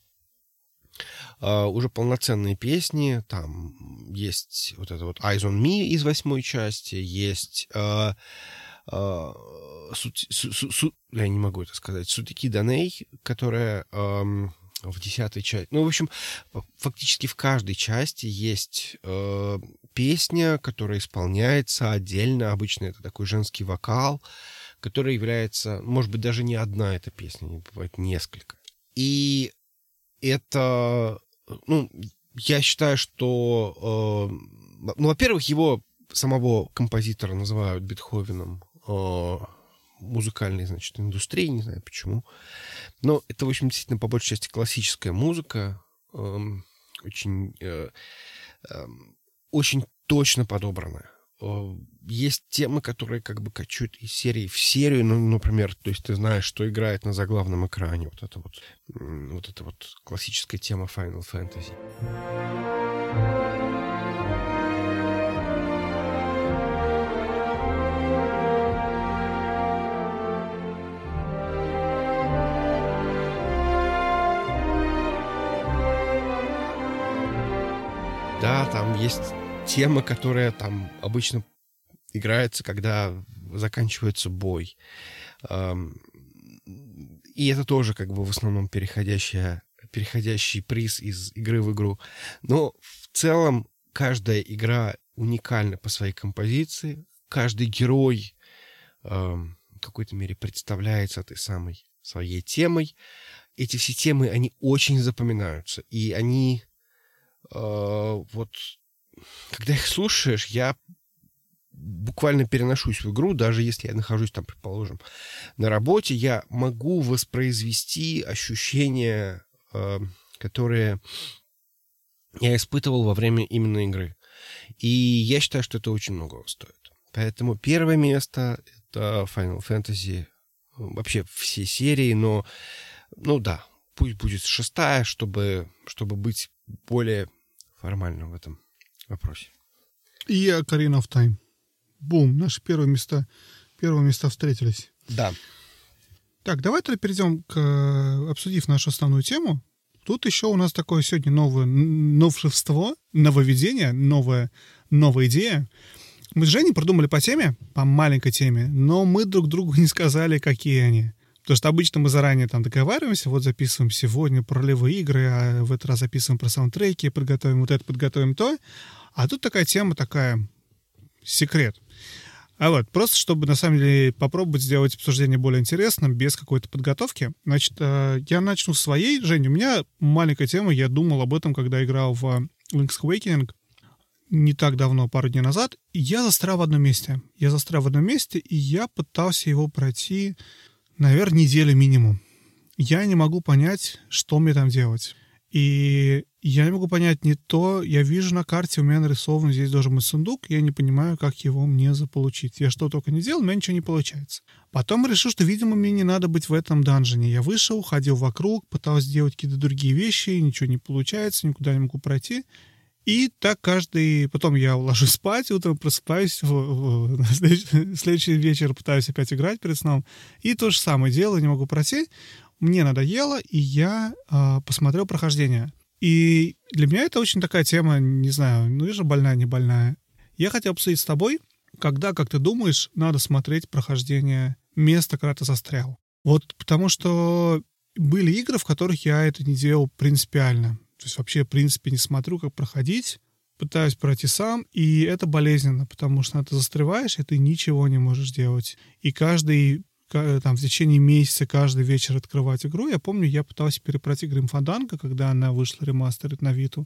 Uh, уже полноценные песни. Там есть вот это вот Eyes on Me из восьмой части, есть uh, uh, су, су, су, су, я не могу это сказать, Сутики Даней, которая um, в десятой части. Ну, в общем, фактически в каждой части есть uh, песня, которая исполняется отдельно. Обычно это такой женский вокал, который является, может быть, даже не одна эта песня, не бывает несколько. И это, ну, я считаю, что, э, ну, во-первых, его самого композитора называют Бетховеном э, музыкальной, значит, индустрии, не знаю почему. Но это, в общем, действительно, по большей части классическая музыка, э, очень, э, э, очень точно подобранная. Есть темы, которые как бы качают из серии в серию, ну, например, то есть ты знаешь, что играет на заглавном экране. Вот это вот, вот это вот классическая тема Final Fantasy. Да, там есть тема, которая там обычно играется, когда заканчивается бой. И это тоже как бы в основном переходящий, переходящий приз из игры в игру. Но в целом каждая игра уникальна по своей композиции. Каждый герой в какой-то мере представляется этой самой своей темой. Эти все темы, они очень запоминаются. И они вот... Когда их слушаешь, я буквально переношусь в игру, даже если я нахожусь там, предположим, на работе, я могу воспроизвести ощущения, э, которые я испытывал во время именно игры. И я считаю, что это очень многого стоит. Поэтому первое место — это Final Fantasy, вообще все серии, но, ну да, пусть будет шестая, чтобы, чтобы быть более формальным в этом вопросе. И Ocarina of Time. Бум, наши первые места, первые места встретились. Да. Так, давай тогда перейдем к, обсудив нашу основную тему, Тут еще у нас такое сегодня новое новшество, нововведение, новая, новая идея. Мы с Женей продумали по теме, по маленькой теме, но мы друг другу не сказали, какие они. Потому что обычно мы заранее там договариваемся, вот записываем сегодня про ролевые игры, а в этот раз записываем про саундтреки, подготовим вот это, подготовим то. А тут такая тема, такая секрет. А вот, просто чтобы, на самом деле, попробовать сделать обсуждение более интересным, без какой-то подготовки. Значит, я начну с своей. Жень, у меня маленькая тема, я думал об этом, когда играл в Link's Awakening не так давно, пару дней назад. И я застрял в одном месте. Я застрял в одном месте, и я пытался его пройти, наверное, неделю минимум. Я не могу понять, что мне там делать. И я не могу понять не то, я вижу на карте, у меня нарисован, здесь должен быть сундук, я не понимаю, как его мне заполучить. Я что только не делал, у меня ничего не получается. Потом решил, что, видимо, мне не надо быть в этом данжене. Я вышел, ходил вокруг, пытался сделать какие-то другие вещи, ничего не получается, никуда не могу пройти. И так каждый... Потом я ложусь спать, утром просыпаюсь, в, в, в следующий, следующий вечер пытаюсь опять играть перед сном. И то же самое делаю, не могу пройти. Мне надоело, и я э, посмотрел прохождение. И для меня это очень такая тема, не знаю, ну и же больная, не больная. Я хотел обсудить с тобой, когда, как ты думаешь, надо смотреть прохождение места, когда ты застрял. Вот потому что были игры, в которых я это не делал принципиально. То есть вообще, в принципе, не смотрю, как проходить, пытаюсь пройти сам, и это болезненно, потому что ты застреваешь, и ты ничего не можешь делать. И каждый... там, в течение месяца каждый вечер открывать игру. Я помню, я пытался перепройти Grim Fandango, когда она вышла ремастерит на Виту.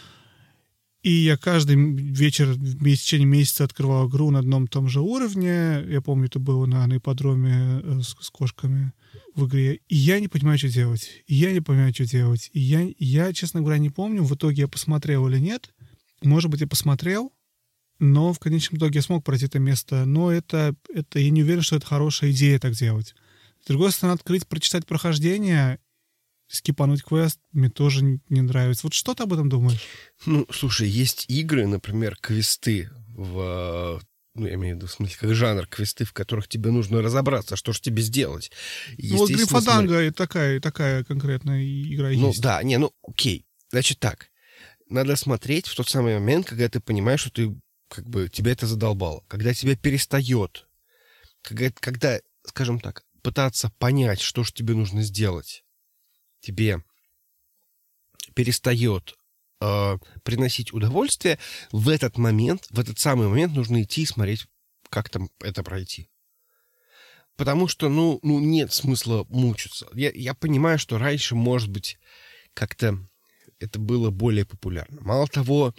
И я каждый вечер в течение месяца открывал игру на одном и том же уровне. Я помню, это было на, на ипподроме с, с кошками в игре. И я не понимаю, что делать. И я не понимаю, что делать. И я, я, честно говоря, не помню, в итоге я посмотрел или нет. Может быть, я посмотрел, но в конечном итоге я смог пройти это место. Но это, это я не уверен, что это хорошая идея так делать. С другой стороны, открыть, прочитать прохождение, скипануть квест, мне тоже не нравится. Вот что ты об этом думаешь? Ну, слушай, есть игры, например, квесты в... Ну, я имею в виду, в смысле, как жанр квесты, в которых тебе нужно разобраться, что же тебе сделать. Ну, вот Grim Fandango и такая, такая конкретная игра ну, есть. Ну, да, не, ну, окей. Значит так, надо смотреть в тот самый момент, когда ты понимаешь, что ты как бы тебя это задолбало, когда тебя перестает, когда, когда, скажем так, пытаться понять, что же тебе нужно сделать, тебе перестает э, приносить удовольствие, в этот момент, в этот самый момент нужно идти и смотреть, как там это пройти. Потому что, ну, ну нет смысла мучиться. Я, я понимаю, что раньше, может быть, как-то это было более популярно. Мало того,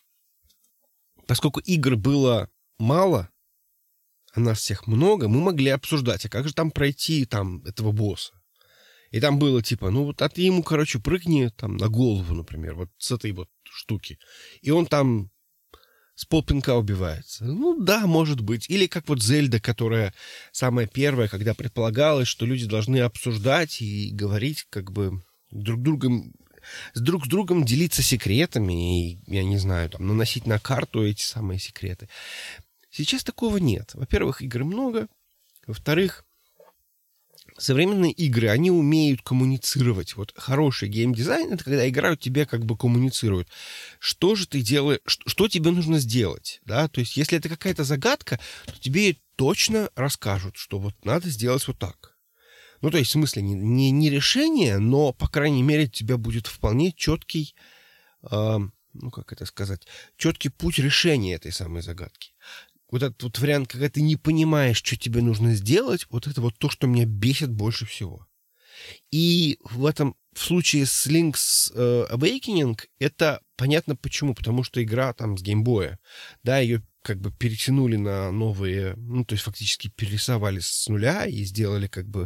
поскольку игр было мало, а нас всех много, мы могли обсуждать, а как же там пройти там этого босса. И там было типа, ну вот а ты ему, короче, прыгни там на голову, например, вот с этой вот штуки. И он там с полпинка убивается. Ну да, может быть. Или как вот Зельда, которая самая первая, когда предполагалось, что люди должны обсуждать и говорить как бы друг другом, с друг с другом делиться секретами и, я не знаю, там, наносить на карту эти самые секреты. Сейчас такого нет. Во-первых, игр много. Во-вторых, современные игры, они умеют коммуницировать. Вот хороший геймдизайн — это когда игра у тебя как бы коммуницирует. Что же ты делаешь, что, что тебе нужно сделать, да? То есть, если это какая-то загадка, то тебе точно расскажут, что вот надо сделать вот так. Ну, то есть, в смысле, не, не, не решение, но, по крайней мере, у тебя будет вполне четкий, э, ну, как это сказать, четкий путь решения этой самой загадки. Вот этот вот вариант, когда ты не понимаешь, что тебе нужно сделать, вот это вот то, что меня бесит больше всего. И в этом, в случае с Link's э, Awakening, это понятно почему. Потому что игра там с геймбоя, да, ее как бы перетянули на новые, ну, то есть фактически перерисовали с нуля и сделали как бы,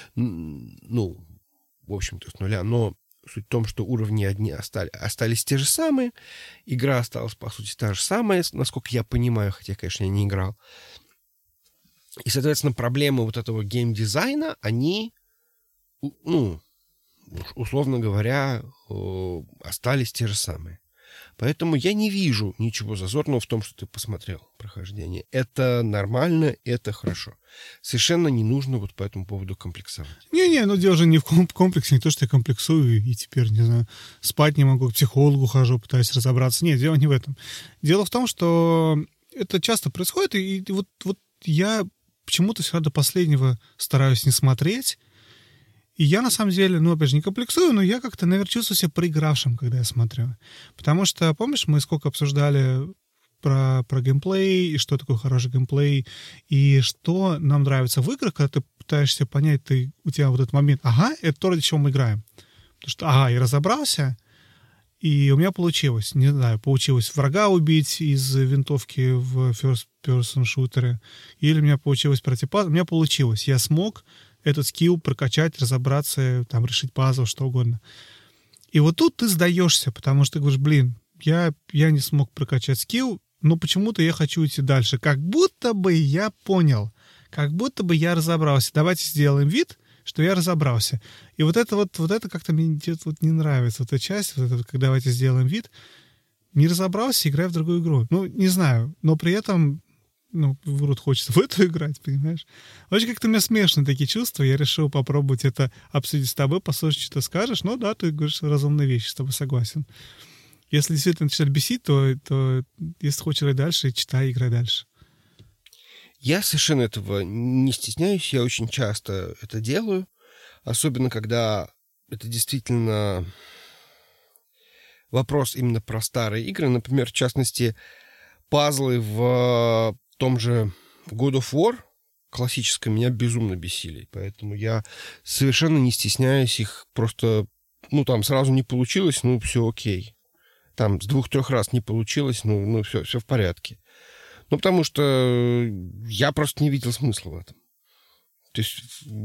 ну, в общем-то, с нуля, но суть в том, что уровни одни остались, остались те же самые, игра осталась, по сути, та же самая, насколько я понимаю, хотя, конечно, я не играл. И, соответственно, проблемы вот этого геймдизайна, они, ну, условно говоря, остались те же самые. Поэтому я не вижу ничего зазорного в том, что ты посмотрел прохождение. Это нормально, это хорошо. Совершенно не нужно вот по этому поводу комплексовать. Не-не, ну дело же не в комплексе, не то, что я комплексую и теперь, не знаю, спать не могу, к психологу хожу, пытаюсь разобраться. Нет, дело не в этом. Дело в том, что это часто происходит, и, и вот, вот я почему-то всегда до последнего стараюсь не смотреть. И я, на самом деле, ну, опять же, не комплексую, но я как-то, наверное, чувствую себя проигравшим, когда я смотрю. Потому что, помнишь, мы сколько обсуждали про, про геймплей, и что такое хороший геймплей, и что нам нравится в играх, когда ты пытаешься понять, ты, у тебя вот этот момент, ага, это то, ради чего мы играем. Потому что, ага, я разобрался, и у меня получилось, не знаю, получилось врага убить из винтовки в first-person шутере, или у меня получилось пройти пазл, у меня получилось, я смог этот скилл прокачать, разобраться, там, решить пазл, что угодно. И вот тут ты сдаешься, потому что ты говоришь, блин, я, я не смог прокачать скилл, но почему-то я хочу идти дальше. Как будто бы я понял, как будто бы я разобрался. Давайте сделаем вид, что я разобрался. И вот это вот, вот это как-то мне вот не нравится. Вот эта часть, вот это, когда давайте сделаем вид, не разобрался, играй в другую игру. Ну, не знаю, но при этом ну, в рот хочется в эту играть, понимаешь? Очень как-то у меня смешанные такие чувства. Я решил попробовать это обсудить с тобой, послушать, что ты скажешь. Ну да, ты говоришь разумные вещи, с тобой согласен. Если действительно начинает бесить, то, то если хочешь играть дальше, читай, играй дальше. Я совершенно этого не стесняюсь. Я очень часто это делаю. Особенно, когда это действительно вопрос именно про старые игры. Например, в частности, пазлы в том же God of War классическом меня безумно бесили. Поэтому я совершенно не стесняюсь их просто... Ну, там сразу не получилось, ну, все окей. Там с двух-трех раз не получилось, ну, ну все, все в порядке. Ну, потому что я просто не видел смысла в этом. То есть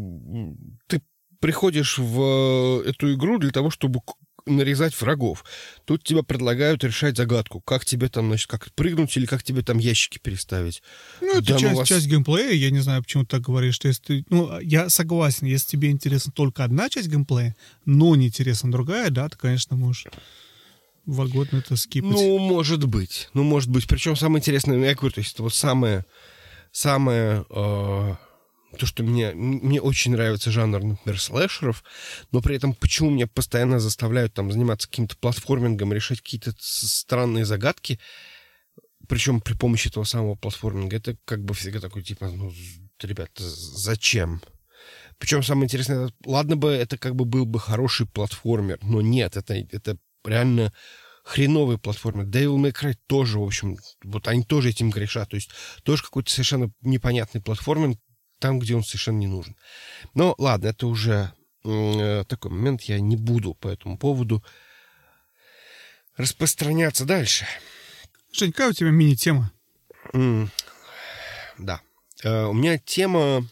ты приходишь в эту игру для того, чтобы нарезать врагов. Тут тебя предлагают решать загадку. Как тебе там, значит, как прыгнуть или как тебе там ящики переставить. Ну, это да, часть, ну вас... часть геймплея. Я не знаю, почему ты так говоришь. Что если ты... Ну, я согласен, если тебе интересна только одна часть геймплея, но не интересна другая, да, ты, конечно, можешь вольготно это скипать. Ну, может быть. Ну, может быть. Причем самое интересное, я говорю, то есть это вот самое, самое... Э... То, что мне, мне очень нравится жанр, например, слэшеров, но при этом почему меня постоянно заставляют там заниматься каким-то платформингом, решать какие-то странные загадки, причем при помощи этого самого платформинга, это как бы всегда такой, типа, ну, ребята, зачем? Причем самое интересное, ладно бы это как бы был бы хороший платформер, но нет, это, это реально хреновый платформер. Devil May Cry тоже, в общем, вот они тоже этим грешат, то есть тоже какой-то совершенно непонятный платформер, там, где он совершенно не нужен. Но ладно, это уже э, такой момент, я не буду по этому поводу распространяться дальше. Жень, какая у тебя мини-тема? Mm, да. Э, у меня тема,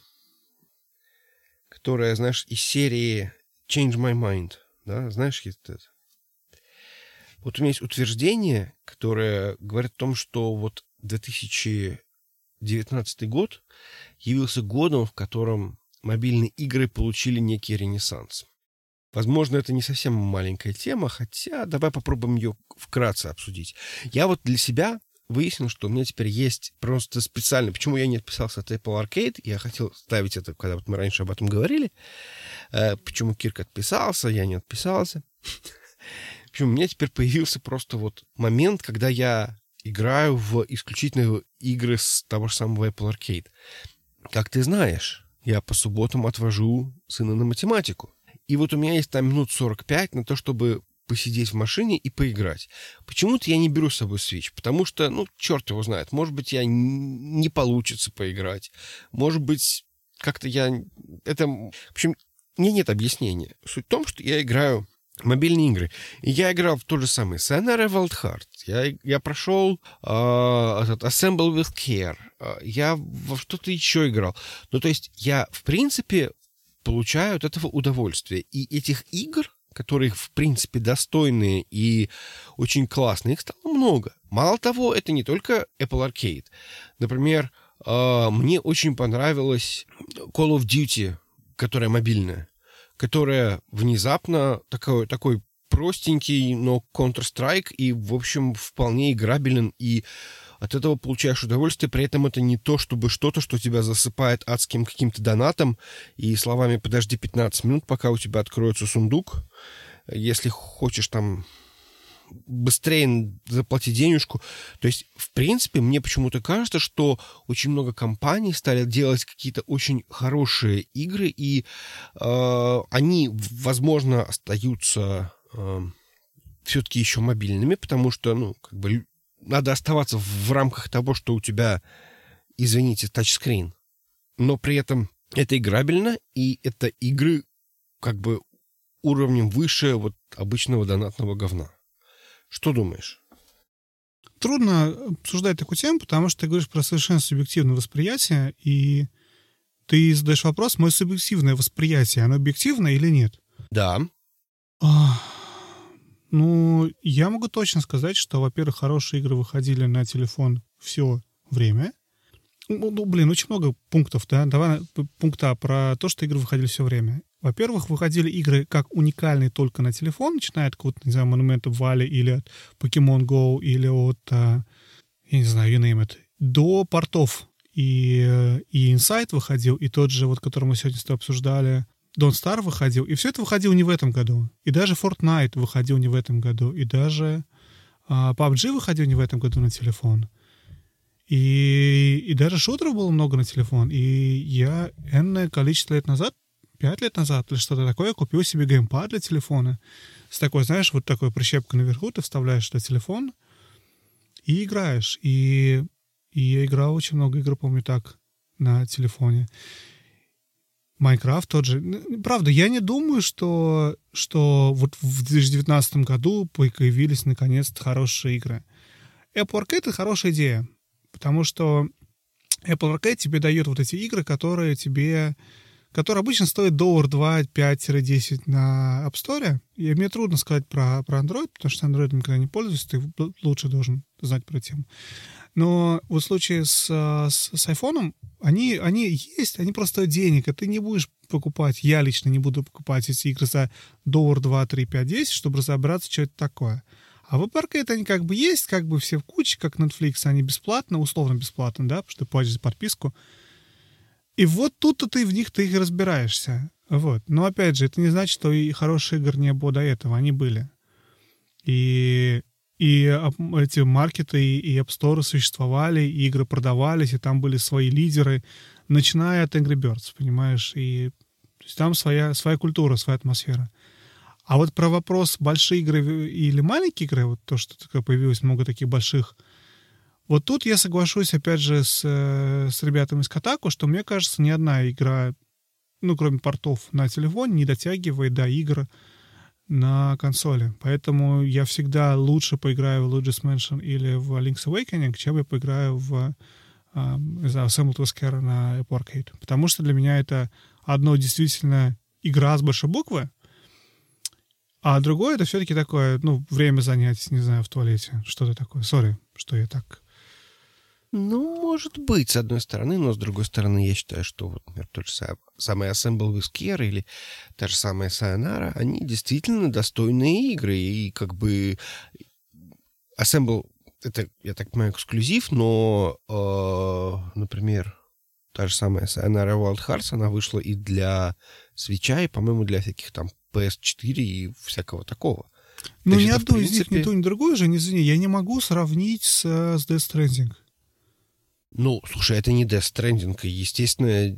которая, знаешь, из серии Change My Mind. Да? Знаешь, есть это? Вот у меня есть утверждение, которое говорит о том, что вот две тысячи девятнадцатый год явился годом, в котором мобильные игры получили некий ренессанс. Возможно, это не совсем маленькая тема, хотя давай попробуем ее вкратце обсудить. Я вот для себя выяснил, что у меня теперь есть просто специально... Почему я не отписался от Apple Arcade? Я хотел ставить это, когда вот мы раньше об этом говорили. Почему Кирк отписался, я не отписался. В общем, у меня теперь появился просто вот момент, когда я играю в исключительно игры с того же самого Apple Arcade. Как ты знаешь, я по субботам отвожу сына на математику. И вот у меня есть там минут сорок пять на то, чтобы посидеть в машине и поиграть. Почему-то я не беру с собой Switch, потому что, ну, черт его знает, может быть, я не получится поиграть. Может быть, как-то я... Это... В общем, мне нет объяснения. Суть в том, что я играю мобильные игры. И я играл в тот же самый Sayonara Wild Heart. Я, я прошел э, этот Assemble with Care. Я во что-то еще играл. Ну, то есть я, в принципе, получаю от этого удовольствие. И этих игр, которые, в принципе, достойные и очень классные, их стало много. Мало того, это не только Apple Arcade. Например, э, мне очень понравилась Call of Duty, которая мобильная, которая внезапно такой, такой простенький, но Counter-Strike, и, в общем, вполне играбелен, и от этого получаешь удовольствие, при этом это не то, чтобы что-то, что тебя засыпает адским каким-то донатом и словами «подожди пятнадцать минут, пока у тебя откроется сундук». Если хочешь там быстрее заплатить денежку. То есть, в принципе, мне почему-то кажется, что очень много компаний стали делать какие-то очень хорошие игры, и э, они, возможно, остаются э, все-таки еще мобильными, потому что, ну, как бы надо оставаться в рамках того, что у тебя, извините, тачскрин. Но при этом это играбельно, и это игры как бы уровнем выше вот обычного донатного говна. Что думаешь? Трудно обсуждать такую тему, потому что ты говоришь про совершенно субъективное восприятие, и ты задаешь вопрос, мое субъективное восприятие, оно объективно или нет? Да. Ну, я могу точно сказать, что, во-первых, хорошие игры выходили на телефон все время. Ну, блин, очень много пунктов, да? Давай пункта про то, что игры выходили все время. Во-первых, выходили игры как уникальные только на телефон, начиная от какого-то, не знаю, Монумента Вали или от Pokemon Go, или от, я не знаю, you name it, до портов. И, и Inside выходил, и тот же, вот, который мы сегодня с тобой обсуждали, Don't Starve выходил. И все это выходило не в этом году. И даже Fortnite выходил не в этом году. И даже uh, пабг выходил не в этом году на телефон. И, и даже шутеров было много на телефон. И я энное количество лет назад, пять лет назад или что-то такое, купил себе геймпад для телефона. С такой, знаешь, вот такой прищепкой наверху ты вставляешь на телефон и играешь. И, и я играл очень много игр, помню, так, на телефоне. Майнкрафт тот же. Правда, я не думаю, что, что вот в две тысячи девятнадцатом году появились наконец-то хорошие игры. Apple Arcade — это хорошая идея, потому что Apple Arcade тебе дает вот эти игры, которые тебе, которые обычно стоят доллар два, пять-десять на App Store. И мне трудно сказать про, про Android, потому что Android никогда не пользуюсь, ты лучше должен знать про тему. Но вот в случае с, с, с iPhone они, они есть, они просто стоят денег, а ты не будешь покупать, я лично не буду покупать эти игры за доллар, два, три, пять, десять, чтобы разобраться, что это такое. А в Apple Arcade они как бы есть, как бы все в куче, как Netflix, они бесплатно, условно бесплатно, да, потому что ты платишь за подписку. И вот тут-то ты в них ты их разбираешься. Вот. Но опять же, это не значит, что и хорошие игры не было до этого, они были. И... И эти маркеты и App Store существовали, и игры продавались, и там были свои лидеры, начиная от Angry Birds, понимаешь? И то есть там своя, своя культура, своя атмосфера. А вот про вопрос, большие игры или маленькие игры, вот то, что появилось много таких больших, вот тут я соглашусь, опять же, с, с ребятами из Kotaku, что, мне кажется, ни одна игра, ну, кроме портов на телефоне, не дотягивает до игр на консоли. Поэтому я всегда лучше поиграю в Luigi's Mansion или в Link's Awakening, чем я поиграю в uh, не знаю, Assembled with Care на Apple Arcade. Потому что для меня это одно действительно игра с большой буквы, а другое это все-таки такое, ну, время занять, не знаю, в туалете. Что-то такое. Сори, что я так... Ну, может быть, с одной стороны, но с другой стороны, я считаю, что, вот, например, тот же самый Assemble with Care или та же самая Sayonara, они действительно достойные игры, и как бы Assemble, это, я так понимаю, эксклюзив, но, э, например, та же самая Sayonara Wild Hearts, она вышла и для Switch'а, и, по-моему, для всяких там пи эс четыре и всякого такого. Ну, ни одну из них, ни ту, ни другую же, извини, я не могу сравнить с, с Death Stranding. Ну, слушай, это не Death Stranding, и, естественно,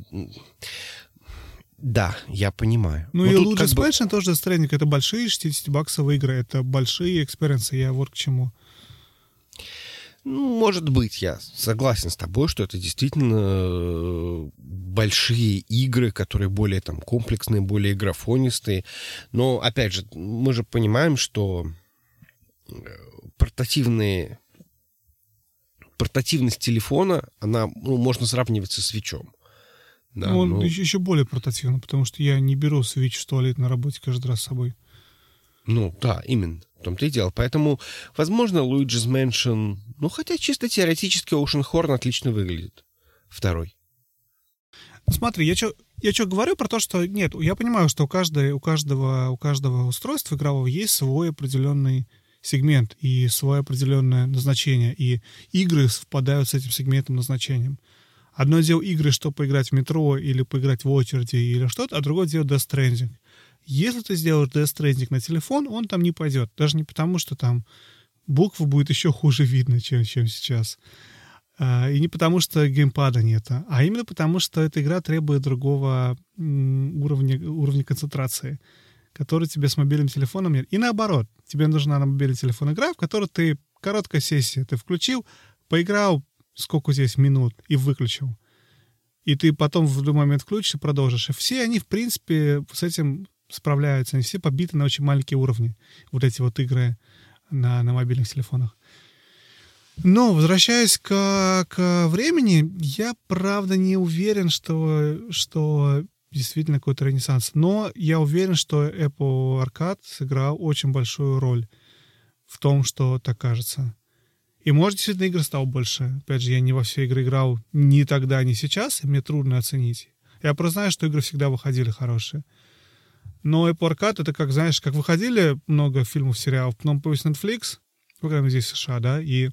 да, я понимаю. Ну, но и Luigi's Mansion бы... тоже Death Stranding, это большие шестидесятибаксовые игры, это большие экспириенсы, я вот к чему. Ну, может быть, я согласен с тобой, что это действительно большие игры, которые более там комплексные, более графонистые, но, опять же, мы же понимаем, что портативные... портативность телефона, она, ну, можно сравнивать со свитчом. Да, ну, он но... еще, еще более портативный, потому что я не беру свитч в туалет на работе каждый раз с собой. Ну, да, именно. В том-то и дело. Поэтому, возможно, Luigi's Mansion... Ну, хотя чисто теоретически Oceanhorn отлично выглядит. Второй. Ну, смотри, я, чё, Я что говорю про то, что нет, я понимаю, что у, каждой, у, каждого, у каждого устройства игрового есть свой определенный сегмент и свое определенное назначение, и игры совпадают с этим сегментом назначением. Одно дело игры, что поиграть в метро или поиграть в очереди или что-то, а другое дело Death Stranding. Если ты сделаешь Death Stranding на телефон, он там не пойдет. Даже не потому, что там буквы будет еще хуже видно, чем, чем сейчас. И не потому, что геймпада нет, а именно потому, что эта игра требует другого уровня, уровня концентрации, который тебе с мобильным телефоном нет. И наоборот, тебе нужна на мобильный телефон игра, в которой ты, короткая сессия, ты включил, поиграл, сколько здесь минут, и выключил. И ты потом в любой момент включишь и продолжишь. И все они, в принципе, с этим справляются. Они все побиты на очень маленькие уровни. Вот эти вот игры на, на мобильных телефонах. Но, возвращаясь к, к времени, я, правда, не уверен, что, что действительно какой-то ренессанс. Но я уверен, что Apple Arcade сыграл очень большую роль в том, что так кажется. И, может, действительно, игр стало больше. Опять же, я не во все игры играл ни тогда, ни сейчас, и мне трудно оценить. Я просто знаю, что игры всегда выходили хорошие. Но Apple Arcade — это как, знаешь, как выходили много фильмов, сериалов, потом появился Netflix, по крайней мере, здесь в США, да, и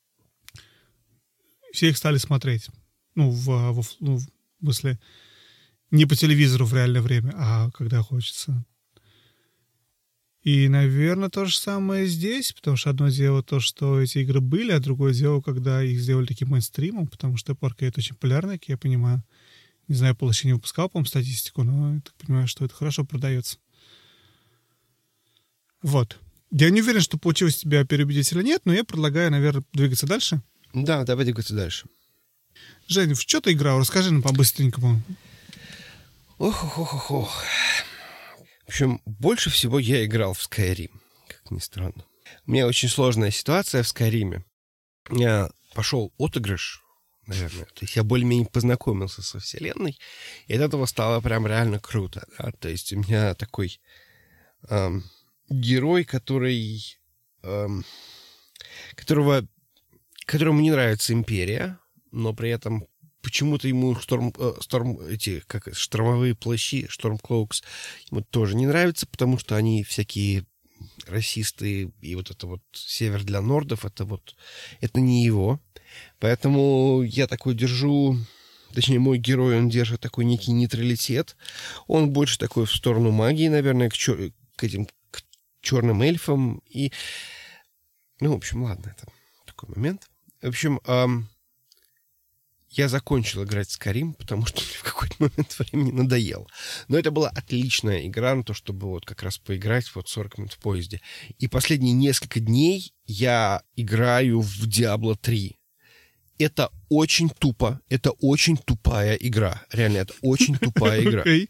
все их стали смотреть. Ну, в, в, ну, в смысле, не по телевизору в реальное время, а когда хочется. И, наверное, то же самое здесь, потому что одно дело то, что эти игры были, а другое дело, когда их сделали таким мейнстримом, потому что Apple Arcade очень популярный, как я понимаю. Не знаю, Apple еще не выпускал, по-моему, статистику, но я так понимаю, что это хорошо продается. Вот. Я не уверен, что получилось тебя переубедить или нет, но я предлагаю, наверное, двигаться дальше. Да, давай двигаться дальше. Жень, в что ты играл? Расскажи нам по-быстренькому. Ох-ох-ох-ох. В общем, больше всего я играл в Skyrim, как ни странно. У меня очень сложная ситуация в Skyrim. Я пошел отыгрыш, наверное. То есть я более-менее познакомился со вселенной, и от этого стало прям реально круто. Да? То есть у меня такой эм, герой, который... Эм, которого... которому не нравится Империя, но при этом почему-то ему шторм, э, шторм, эти, как штормовые плащи, Stormcloaks, ему тоже не нравятся, потому что они всякие расисты, и вот это вот север для нордов, это вот, это не его. Поэтому я такой держу, точнее, мой герой, он держит такой некий нейтралитет. Он больше такой в сторону магии, наверное, к, чер- к этим к черным эльфам. И, ну, в общем, ладно, это такой момент. В общем, эм, я закончил играть в Skyrim, потому что мне в какой-то момент времени надоело. Но это была отличная игра на то, чтобы вот как раз поиграть вот сорок минут в поезде. И последние несколько дней я играю в Diablo три. Это очень тупо. Это очень тупая игра. Реально, это очень тупая игра. Okay.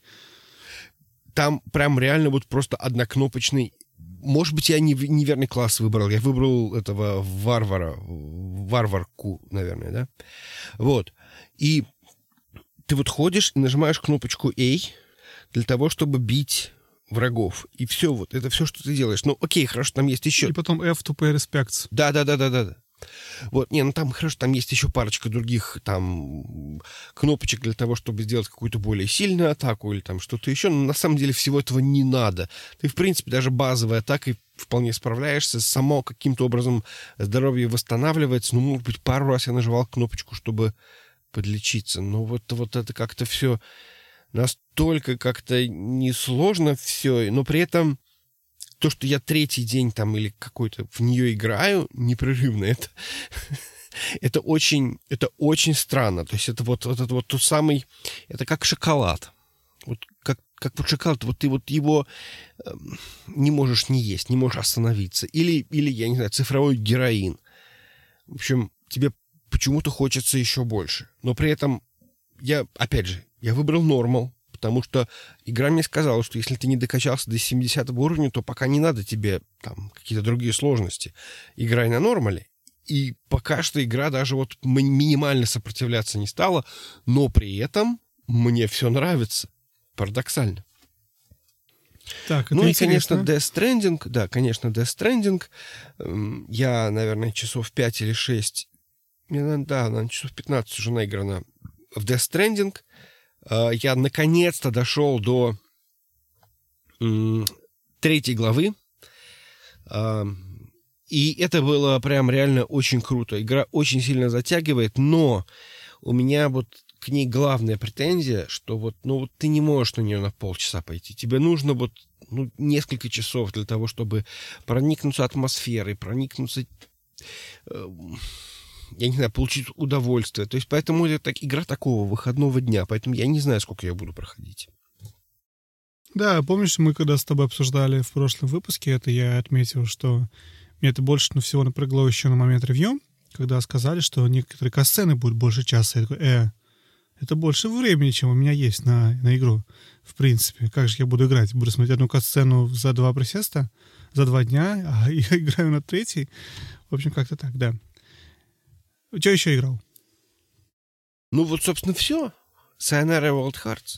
Там прям реально вот просто однокнопочный... Может быть, я неверный класс выбрал. Я выбрал этого варвара. Варварку, наверное, да? Вот. И ты вот ходишь и нажимаешь кнопочку A для того, чтобы бить врагов. И все, вот, это все, что ты делаешь. Ну, окей, хорошо, там есть еще... И потом F to pay respects. Да-да-да-да-да. Вот, не, ну там, хорошо, там есть еще парочка других там кнопочек для того, чтобы сделать какую-то более сильную атаку или там что-то еще, но на самом деле всего этого не надо. Ты, в принципе, даже базовой атакой вполне справляешься, само каким-то образом здоровье восстанавливается, ну, может быть, пару раз я нажимал кнопочку, чтобы подлечиться, но вот, вот это как-то все настолько как-то несложно все, но при этом то, что я третий день там или какой-то в нее играю непрерывно, это, это, очень, это очень странно. То есть это вот, вот, это вот тот самый... Это как шоколад. Вот как, как вот шоколад, вот ты вот его э, не можешь не есть, не можешь остановиться. Или, или, я не знаю, цифровой героин. В общем, тебе почему-то хочется еще больше. Но при этом я, опять же, я выбрал нормал. Потому что игра мне сказала, что если ты не докачался до семидесятого уровня, то пока не надо тебе там какие-то другие сложности. Играй на нормале. И пока что игра даже вот минимально сопротивляться не стала, но при этом мне все нравится. Парадоксально. Так, ну и, интересно. конечно, Death Stranding. Да, конечно, Death Stranding. Я, наверное, часов пять или шесть... Да, наверное, часов пятнадцать уже наиграно в Death Stranding. я наконец-то дошел до м, третьей главы. Э, и это было прям реально очень круто. Игра очень сильно затягивает, но у меня вот к ней главная претензия, что вот, ну, вот ты не можешь на нее на полчаса пойти. Тебе нужно вот ну, несколько часов для того, чтобы проникнуться атмосферой, проникнуться, э, я не знаю, получить удовольствие. То есть поэтому это так, игра такого выходного дня. Поэтому я не знаю, сколько я буду проходить. Да, помнишь, мы когда с тобой обсуждали в прошлом выпуске это, я отметил, что мне это больше ну, всего напрягло еще на момент ревью, когда сказали, что некоторые катсцены будут больше часа. Я такой, э, это больше времени, чем у меня есть на, на игру. В принципе, как же я буду играть? Буду смотреть одну катсцену за два присеста, за два дня, а я играю на третий. В общем, как-то так, да. Что еще играл? Ну вот, собственно, все. Sayonara Wild Hearts.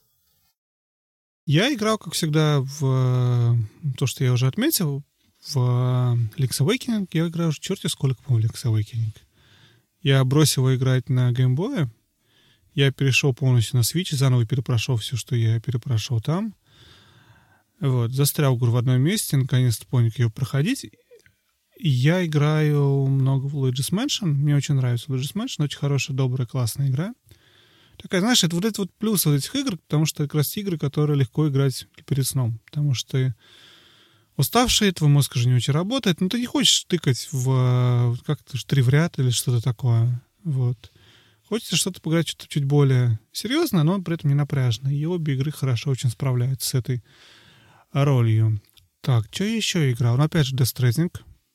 Я играл, как всегда, в то, что я уже отметил, в Link's Awakening. Я играю уже черти сколько, по-моему, Link's Awakening. Я бросил его играть на геймбое. Я перешел полностью на Switch, заново перепрошел все, что я перепрошел там. Вот, застрял, говорю, в одном месте, наконец-то понял, как ее проходить. И я играю много в Luigi's Mansion. Мне очень нравится Luigi's Mansion. Очень хорошая, добрая, классная игра. Такая, знаешь, это вот это вот плюс вот этих игр, потому что это как раз игры, которые легко играть перед сном. Потому что ты уставший, твой мозг уже не очень работает, но ты не хочешь тыкать в как-то три в ряд или что-то такое. Вот. Хочется что-то поиграть что-то чуть более серьезное, но при этом не напряжно. И обе игры хорошо очень справляются с этой ролью. Так, что я еще играл? Ну, опять же, Death Stranding.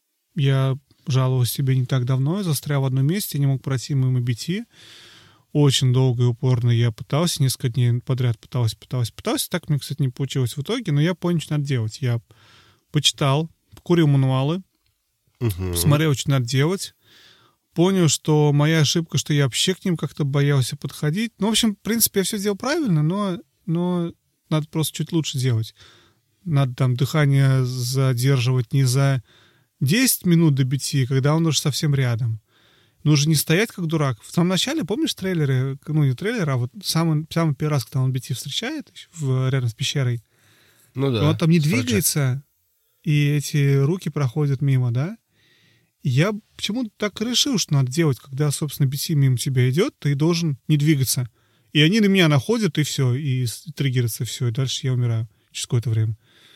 Я жаловался себе не так давно, я застрял в одном месте, не мог пройти мимо би ти. Очень долго и упорно я пытался, несколько дней подряд пытался, пытался, пытался. Так мне, кстати, не получилось в итоге, но я понял, что надо делать. Я почитал, покурил мануалы, uh-huh. посмотрел, что надо делать. Понял, что моя ошибка, что я вообще к ним как-то боялся подходить. Ну, в общем, в принципе, я все сделал правильно, но, но надо просто чуть лучше делать. Надо там дыхание задерживать не за десять минут до бити, когда он уже совсем рядом. Нужно не стоять как дурак. В самом начале, помнишь трейлеры, ну не трейлеры, а вот самый, самый первый раз, когда он би ти встречает в, рядом с пещерой, ну да, он там не двигается, и эти руки проходят мимо, да? И я почему-то так решил, что надо делать, когда, собственно, би ти мимо тебя идет, ты должен не двигаться. И они на меня находят, и все, и триггерится все, и дальше я умираю через какое-то время.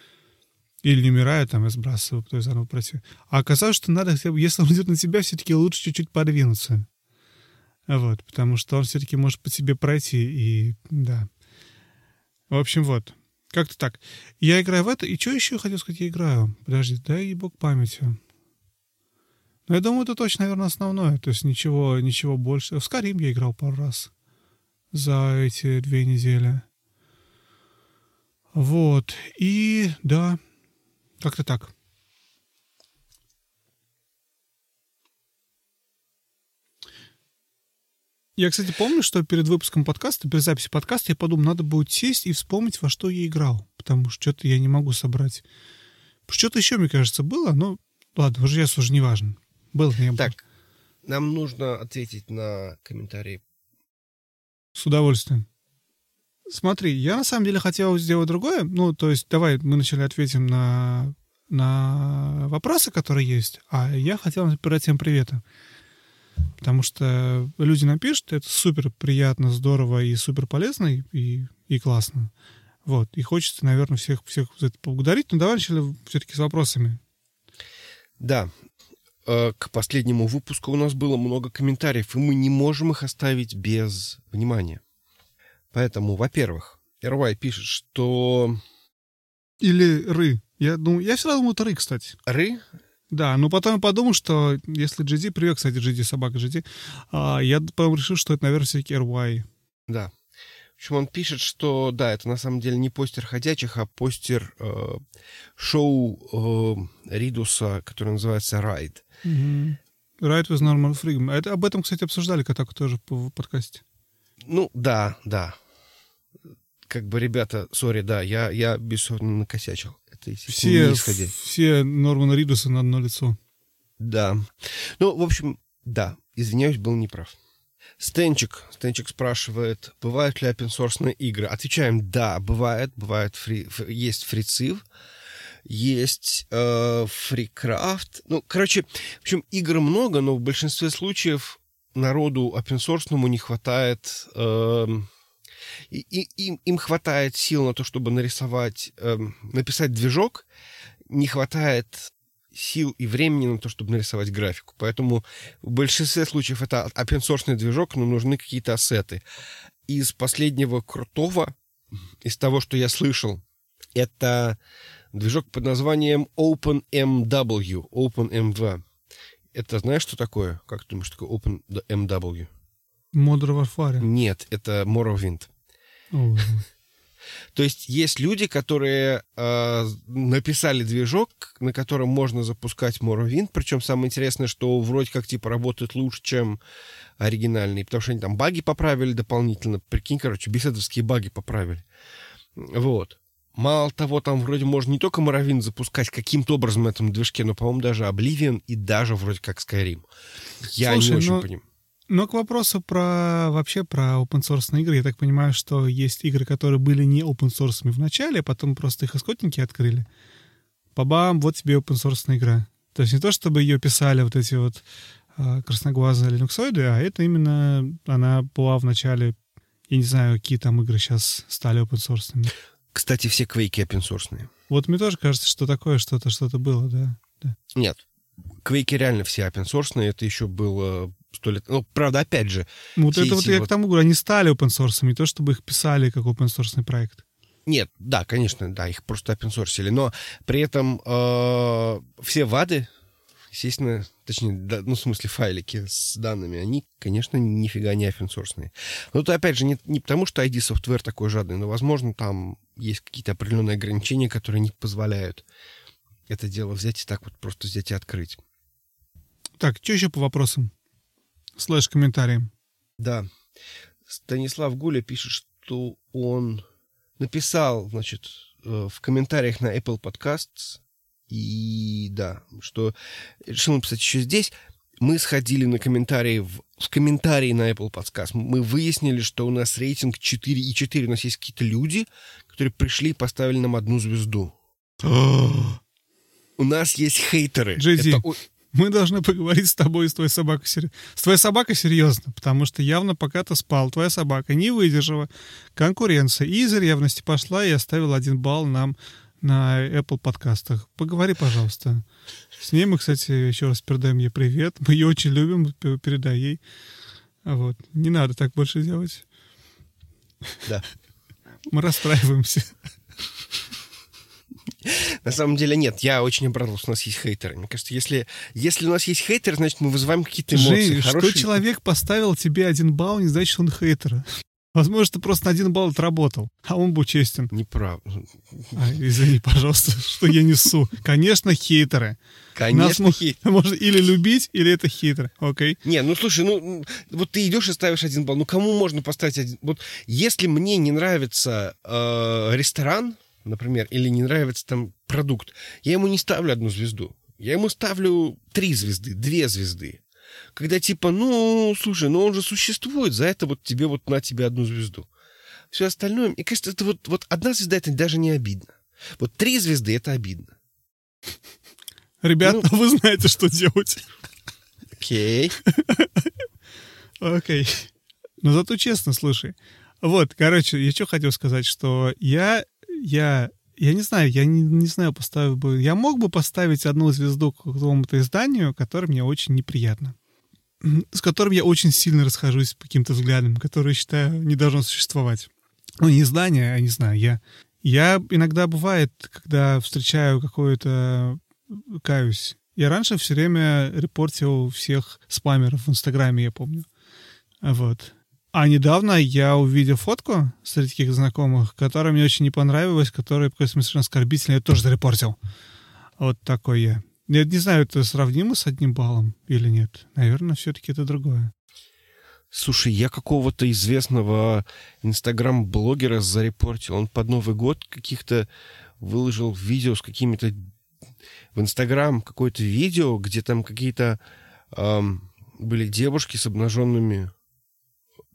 Или не умираю, там, я сбрасываю, то есть заново пройти. А оказалось, что надо, если он идет на тебя, все-таки лучше чуть-чуть подвинуться. Вот, потому что он все-таки может по тебе пройти, и да. В общем, вот. Как-то так. Я играю в это, и что еще хотел сказать, я играю? Подожди, дай бог памяти. Ну, я думаю, это точно, наверное, основное. То есть ничего, ничего больше. В Skyrim я играл пару раз за эти две недели. Вот. И, да, как-то так. Я, кстати, помню, что перед выпуском подкаста, перед записью подкаста, я подумал, надо будет сесть и вспомнить, во что я играл. Потому что что-то я не могу собрать. Что-то еще, мне кажется, было, но ладно, уже сейчас уже не важно. Было, не было. Так, нам нужно ответить на комментарии. С удовольствием. Смотри, я на самом деле хотел сделать другое. Ну, то есть, давай мы вначале ответим на, на вопросы, которые есть, а я хотел передать всем привета. Потому что люди напишут, это супер приятно, здорово и супер полезно, и, и классно. Вот. И хочется, наверное, всех, всех за это поблагодарить. Но давай начали все-таки с вопросами. Да. К последнему выпуску у нас было много комментариев, и мы не можем их оставить без внимания. Поэтому, во-первых, эр уай пишет, что... Или Ры. Я, думаю, я всегда думал, это Ры, кстати. Ры? Да, но потом я подумал, что если джи ди... Привет, кстати, джи ди, собака джи ди. А, я потом решил, что это, наверное, все-таки эр уай. Да. В общем, он пишет, что, да, это на самом деле не постер ходячих, а постер э, шоу э, Ридуса, который называется «Ride». Mm-hmm. «Ride with Norman Freeman». Это, об этом, кстати, обсуждали Котаку тоже в подкасте. Ну, да, да. Как бы, ребята, сори, да, я, я бессовестно накосячил. Это, все, все Нормана Ридуса на одно лицо. Да. Ну, в общем, да, извиняюсь, был неправ. Стенчик, Стенчик спрашивает, бывают ли open-source игры? Отвечаем, да, бывает. Бывает фри, есть фрицив, есть э, фрикрафт. Ну, короче, в общем, игр много, но в большинстве случаев народу open-source не хватает... Э, и, и, им, им хватает сил на то, чтобы нарисовать, э, написать движок, не хватает сил и времени на то, чтобы нарисовать графику. Поэтому в большинстве случаев это open-source движок, но нужны какие-то ассеты. Из последнего крутого, из того, что я слышал, это движок под названием OpenMW. OpenMW. Это знаешь, что такое? Как ты думаешь, что такое OpenMW? Modern Warfare. Нет, это Morrowind. О, То есть есть люди, которые э, написали движок, на котором можно запускать Morrowind, причем самое интересное, что вроде как типа работает лучше, чем оригинальный, потому что они там баги поправили дополнительно. Прикинь, короче, беседовские баги поправили. Вот. Мало того, там вроде можно не только Morrowind запускать каким-то образом на этом движке, но, по-моему, даже Oblivion и даже вроде как Skyrim. Я Слушай, не очень но... понимаю. Но к вопросу про вообще про open-source игры, я так понимаю, что есть игры, которые были не open-source в начале, а потом просто их исходники открыли. Бабам, вот тебе open-source игра. То есть не то, чтобы ее писали вот эти вот а, красноглазые линуксоиды, а это именно она была в начале, я не знаю, какие там игры сейчас стали open-source. Кстати, все квейки open-source. Вот мне тоже кажется, что такое что-то, что-то было, да. да. Нет, квейки реально все open-source, это еще было сто лет. Ну, правда, опять же... Вот это вот я вот... к тому говорю, они стали open-source, не то, чтобы их писали как open-source проект. Нет, да, конечно, да, их просто open-sourcили, но при этом э, все вады, естественно, точнее, да, ну, в смысле, файлики с данными, они, конечно, нифига не open-source. Но это, опять же, не, не потому, что ай ди-софтвер такой жадный, но, возможно, там есть какие-то определенные ограничения, которые не позволяют это дело взять и так вот просто взять и открыть. Так, что еще по вопросам? Слэш комментариям. Да. Станислав Гуля пишет, что он написал, значит, в комментариях на Apple Podcasts, и да, что решил написать еще здесь. Мы сходили на комментарии в, в комментарии на Apple Podcasts. Мы выяснили, что у нас рейтинг четыре и четыре. У нас есть какие-то люди, которые пришли и поставили нам одну звезду. У нас есть хейтеры. Джей Ди, Это... мы должны поговорить с тобой и с твоей собакой. Сер... С твоей собакой серьезно, потому что явно пока ты спал, твоя собака не выдержала конкуренции и из ревности пошла и оставила один балл нам на Apple подкастах. Поговори, пожалуйста. С ней мы, кстати, еще раз передаем ей привет. Мы ее очень любим, передай ей. Вот. Не надо так больше делать. Да. Мы расстраиваемся. На самом деле нет, я очень обрадовался, что у нас есть хейтеры. Мне кажется, если, если у нас есть хейтеры, значит, мы вызываем какие-то эмоции. Жень, хорошие... что человек поставил тебе один балл, не значит, что он хейтер. Возможно, ты просто на один балл отработал, а он был честен. Неправда. А, извини, пожалуйста, что я несу. Конечно, хейтеры. Конечно, Нас хейтеры. Можно или любить, или это хейтеры. Окей. Не, ну слушай, ну вот ты идешь и ставишь один балл. Ну кому можно поставить один? Вот если мне не нравится э, ресторан, например, или не нравится там продукт, я ему не ставлю одну звезду. Я ему ставлю три звезды, две звезды. Когда типа, ну, слушай, ну он же существует, за это вот тебе вот на тебе одну звезду. Все остальное, мне кажется, это вот, вот одна звезда, это даже не обидно. Вот три звезды, это обидно. Ребята, ну, вы знаете, что делать. Окей. Окей. Но зато честно, слушай. Вот, короче, я что хотел сказать, что я, я, я не знаю, я не, не знаю, поставил бы... Я мог бы поставить одну звезду к какому-то изданию, которое мне очень неприятно. С которым я очень сильно расхожусь по каким-то взглядам, которые, считаю, не должно существовать. Ну, не издание, а не знаю, я... Я иногда бывает, когда встречаю какое-то... Каюсь. Я раньше все время репортил всех спамеров в Инстаграме, я помню. Вот. А недавно я увидел фотку среди таких знакомых, которая мне очень не понравилась, которая, в какой-то смысле, совершенно оскорбительная, я тоже зарепортил. Вот такой я. Я не знаю, это сравнимо с одним баллом или нет. Наверное, все-таки это другое. Слушай, я какого-то известного инстаграм-блогера зарепортил. Он под Новый год каких-то выложил видео с какими-то... В инстаграм какое-то видео, где там какие-то эм, были девушки с обнаженными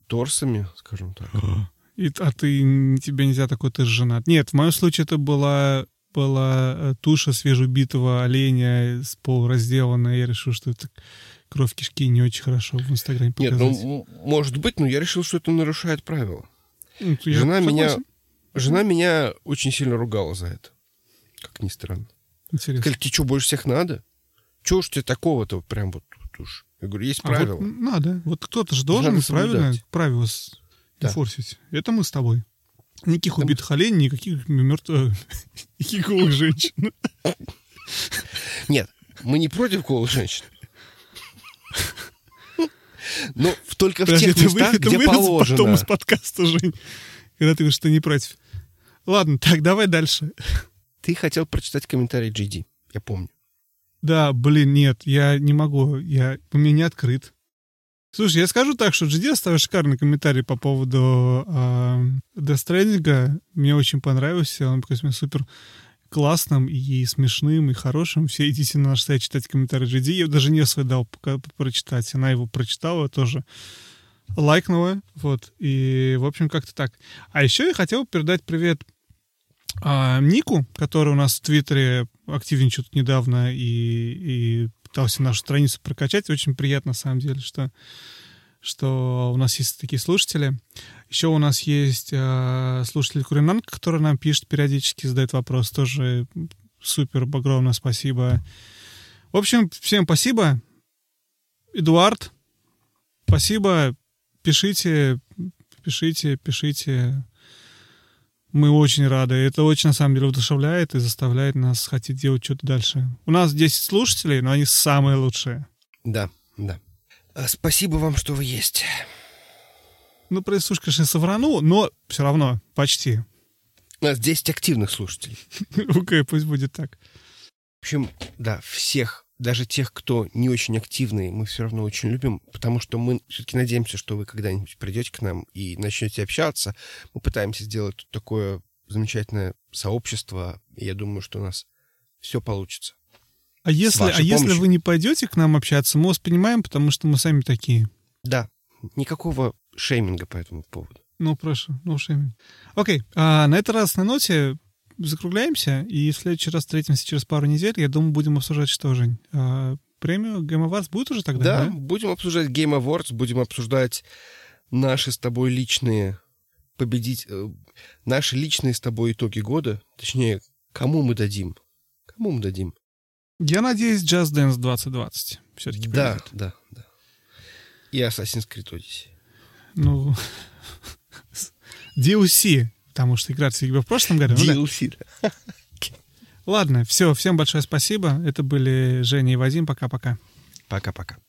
торсами, скажем так. И, а ты, тебе нельзя такой, ты же женат. Нет, в моем случае это была, была туша свежеубитого оленя с полуразделанная. Я решил, что это кровь кишки не очень хорошо в Инстаграме показать. Нет, ну, может быть, но я решил, что это нарушает правила. Ну, жена, меня, жена меня очень сильно ругала за это. Как ни странно. Интересно. Сказали, тебе что, больше всех надо? Чего ж тебе такого-то прям вот уж? Я говорю, есть а правила. Вот надо. Вот кто-то же должен правильно правила да. форсить. Это мы с тобой. Никаких Там... убитых оленей, никаких мертвых, никаких голых женщин. Нет, мы не против голых женщин. Но только в тех местах, где положено. Потом из подкаста, Жень, когда ты говоришь, что не против. Ладно, так, давай дальше. Ты хотел прочитать комментарий джей ди, я помню. Да, блин, нет, я не могу, я, у меня не открыт. Слушай, я скажу так, что джей ди оставил шикарный комментарий по поводу э, Death Stranding. Мне очень понравился, он показался мне супер классным и смешным, и хорошим. Все идите на наш сайт читать комментарий джей ди. Я даже не свой дал пока прочитать. Она его прочитала тоже. Лайкнула. Вот. И, в общем, как-то так. А еще я хотел передать привет а, Нику, который у нас в Твиттере активничает недавно и, и пытался нашу страницу прокачать. Очень приятно, на самом деле, что, что у нас есть такие слушатели. Еще у нас есть э, слушатель Куринанка, который нам пишет периодически, задает вопрос. Тоже супер, огромное спасибо. В общем, всем спасибо. Эдуард, спасибо. Пишите, пишите, пишите. Мы очень рады. Это очень, на самом деле, вдохновляет и заставляет нас хотеть делать что-то дальше. У нас десять слушателей, но они самые лучшие. Да, да. Спасибо вам, что вы есть. Ну, прослушка, конечно, соврану, но все равно почти. У нас десять активных слушателей. Окей, пусть будет так. В общем, да, всех, даже тех, кто не очень активный, мы все равно очень любим, потому что мы все-таки надеемся, что вы когда-нибудь придете к нам и начнете общаться. Мы пытаемся сделать тут такое замечательное сообщество, и я думаю, что у нас все получится. А если, а если вы не пойдете к нам общаться, мы вас понимаем, потому что мы сами такие. Да, никакого шейминга по этому поводу. Ну, прошу, ну шейминг. Окей, а на этот раз на ноте закругляемся, и в следующий раз встретимся через пару недель. Я думаю, будем обсуждать что, Жень? А, премию Game Awards будет уже тогда? Да, да, будем обсуждать Game Awards, будем обсуждать наши с тобой личные победить, э, наши личные с тобой итоги года. Точнее, кому мы дадим? Кому мы дадим? Я надеюсь, Just Dance двадцать двадцать все-таки да, победит. Да, да, да. И Assassin's Creed Odyssey. Ну, ди эл си, потому что играть в прошлом году. ди эл си, ну, да. Ладно, все, всем большое спасибо. Это были Женя и Вадим. Пока-пока. Пока-пока.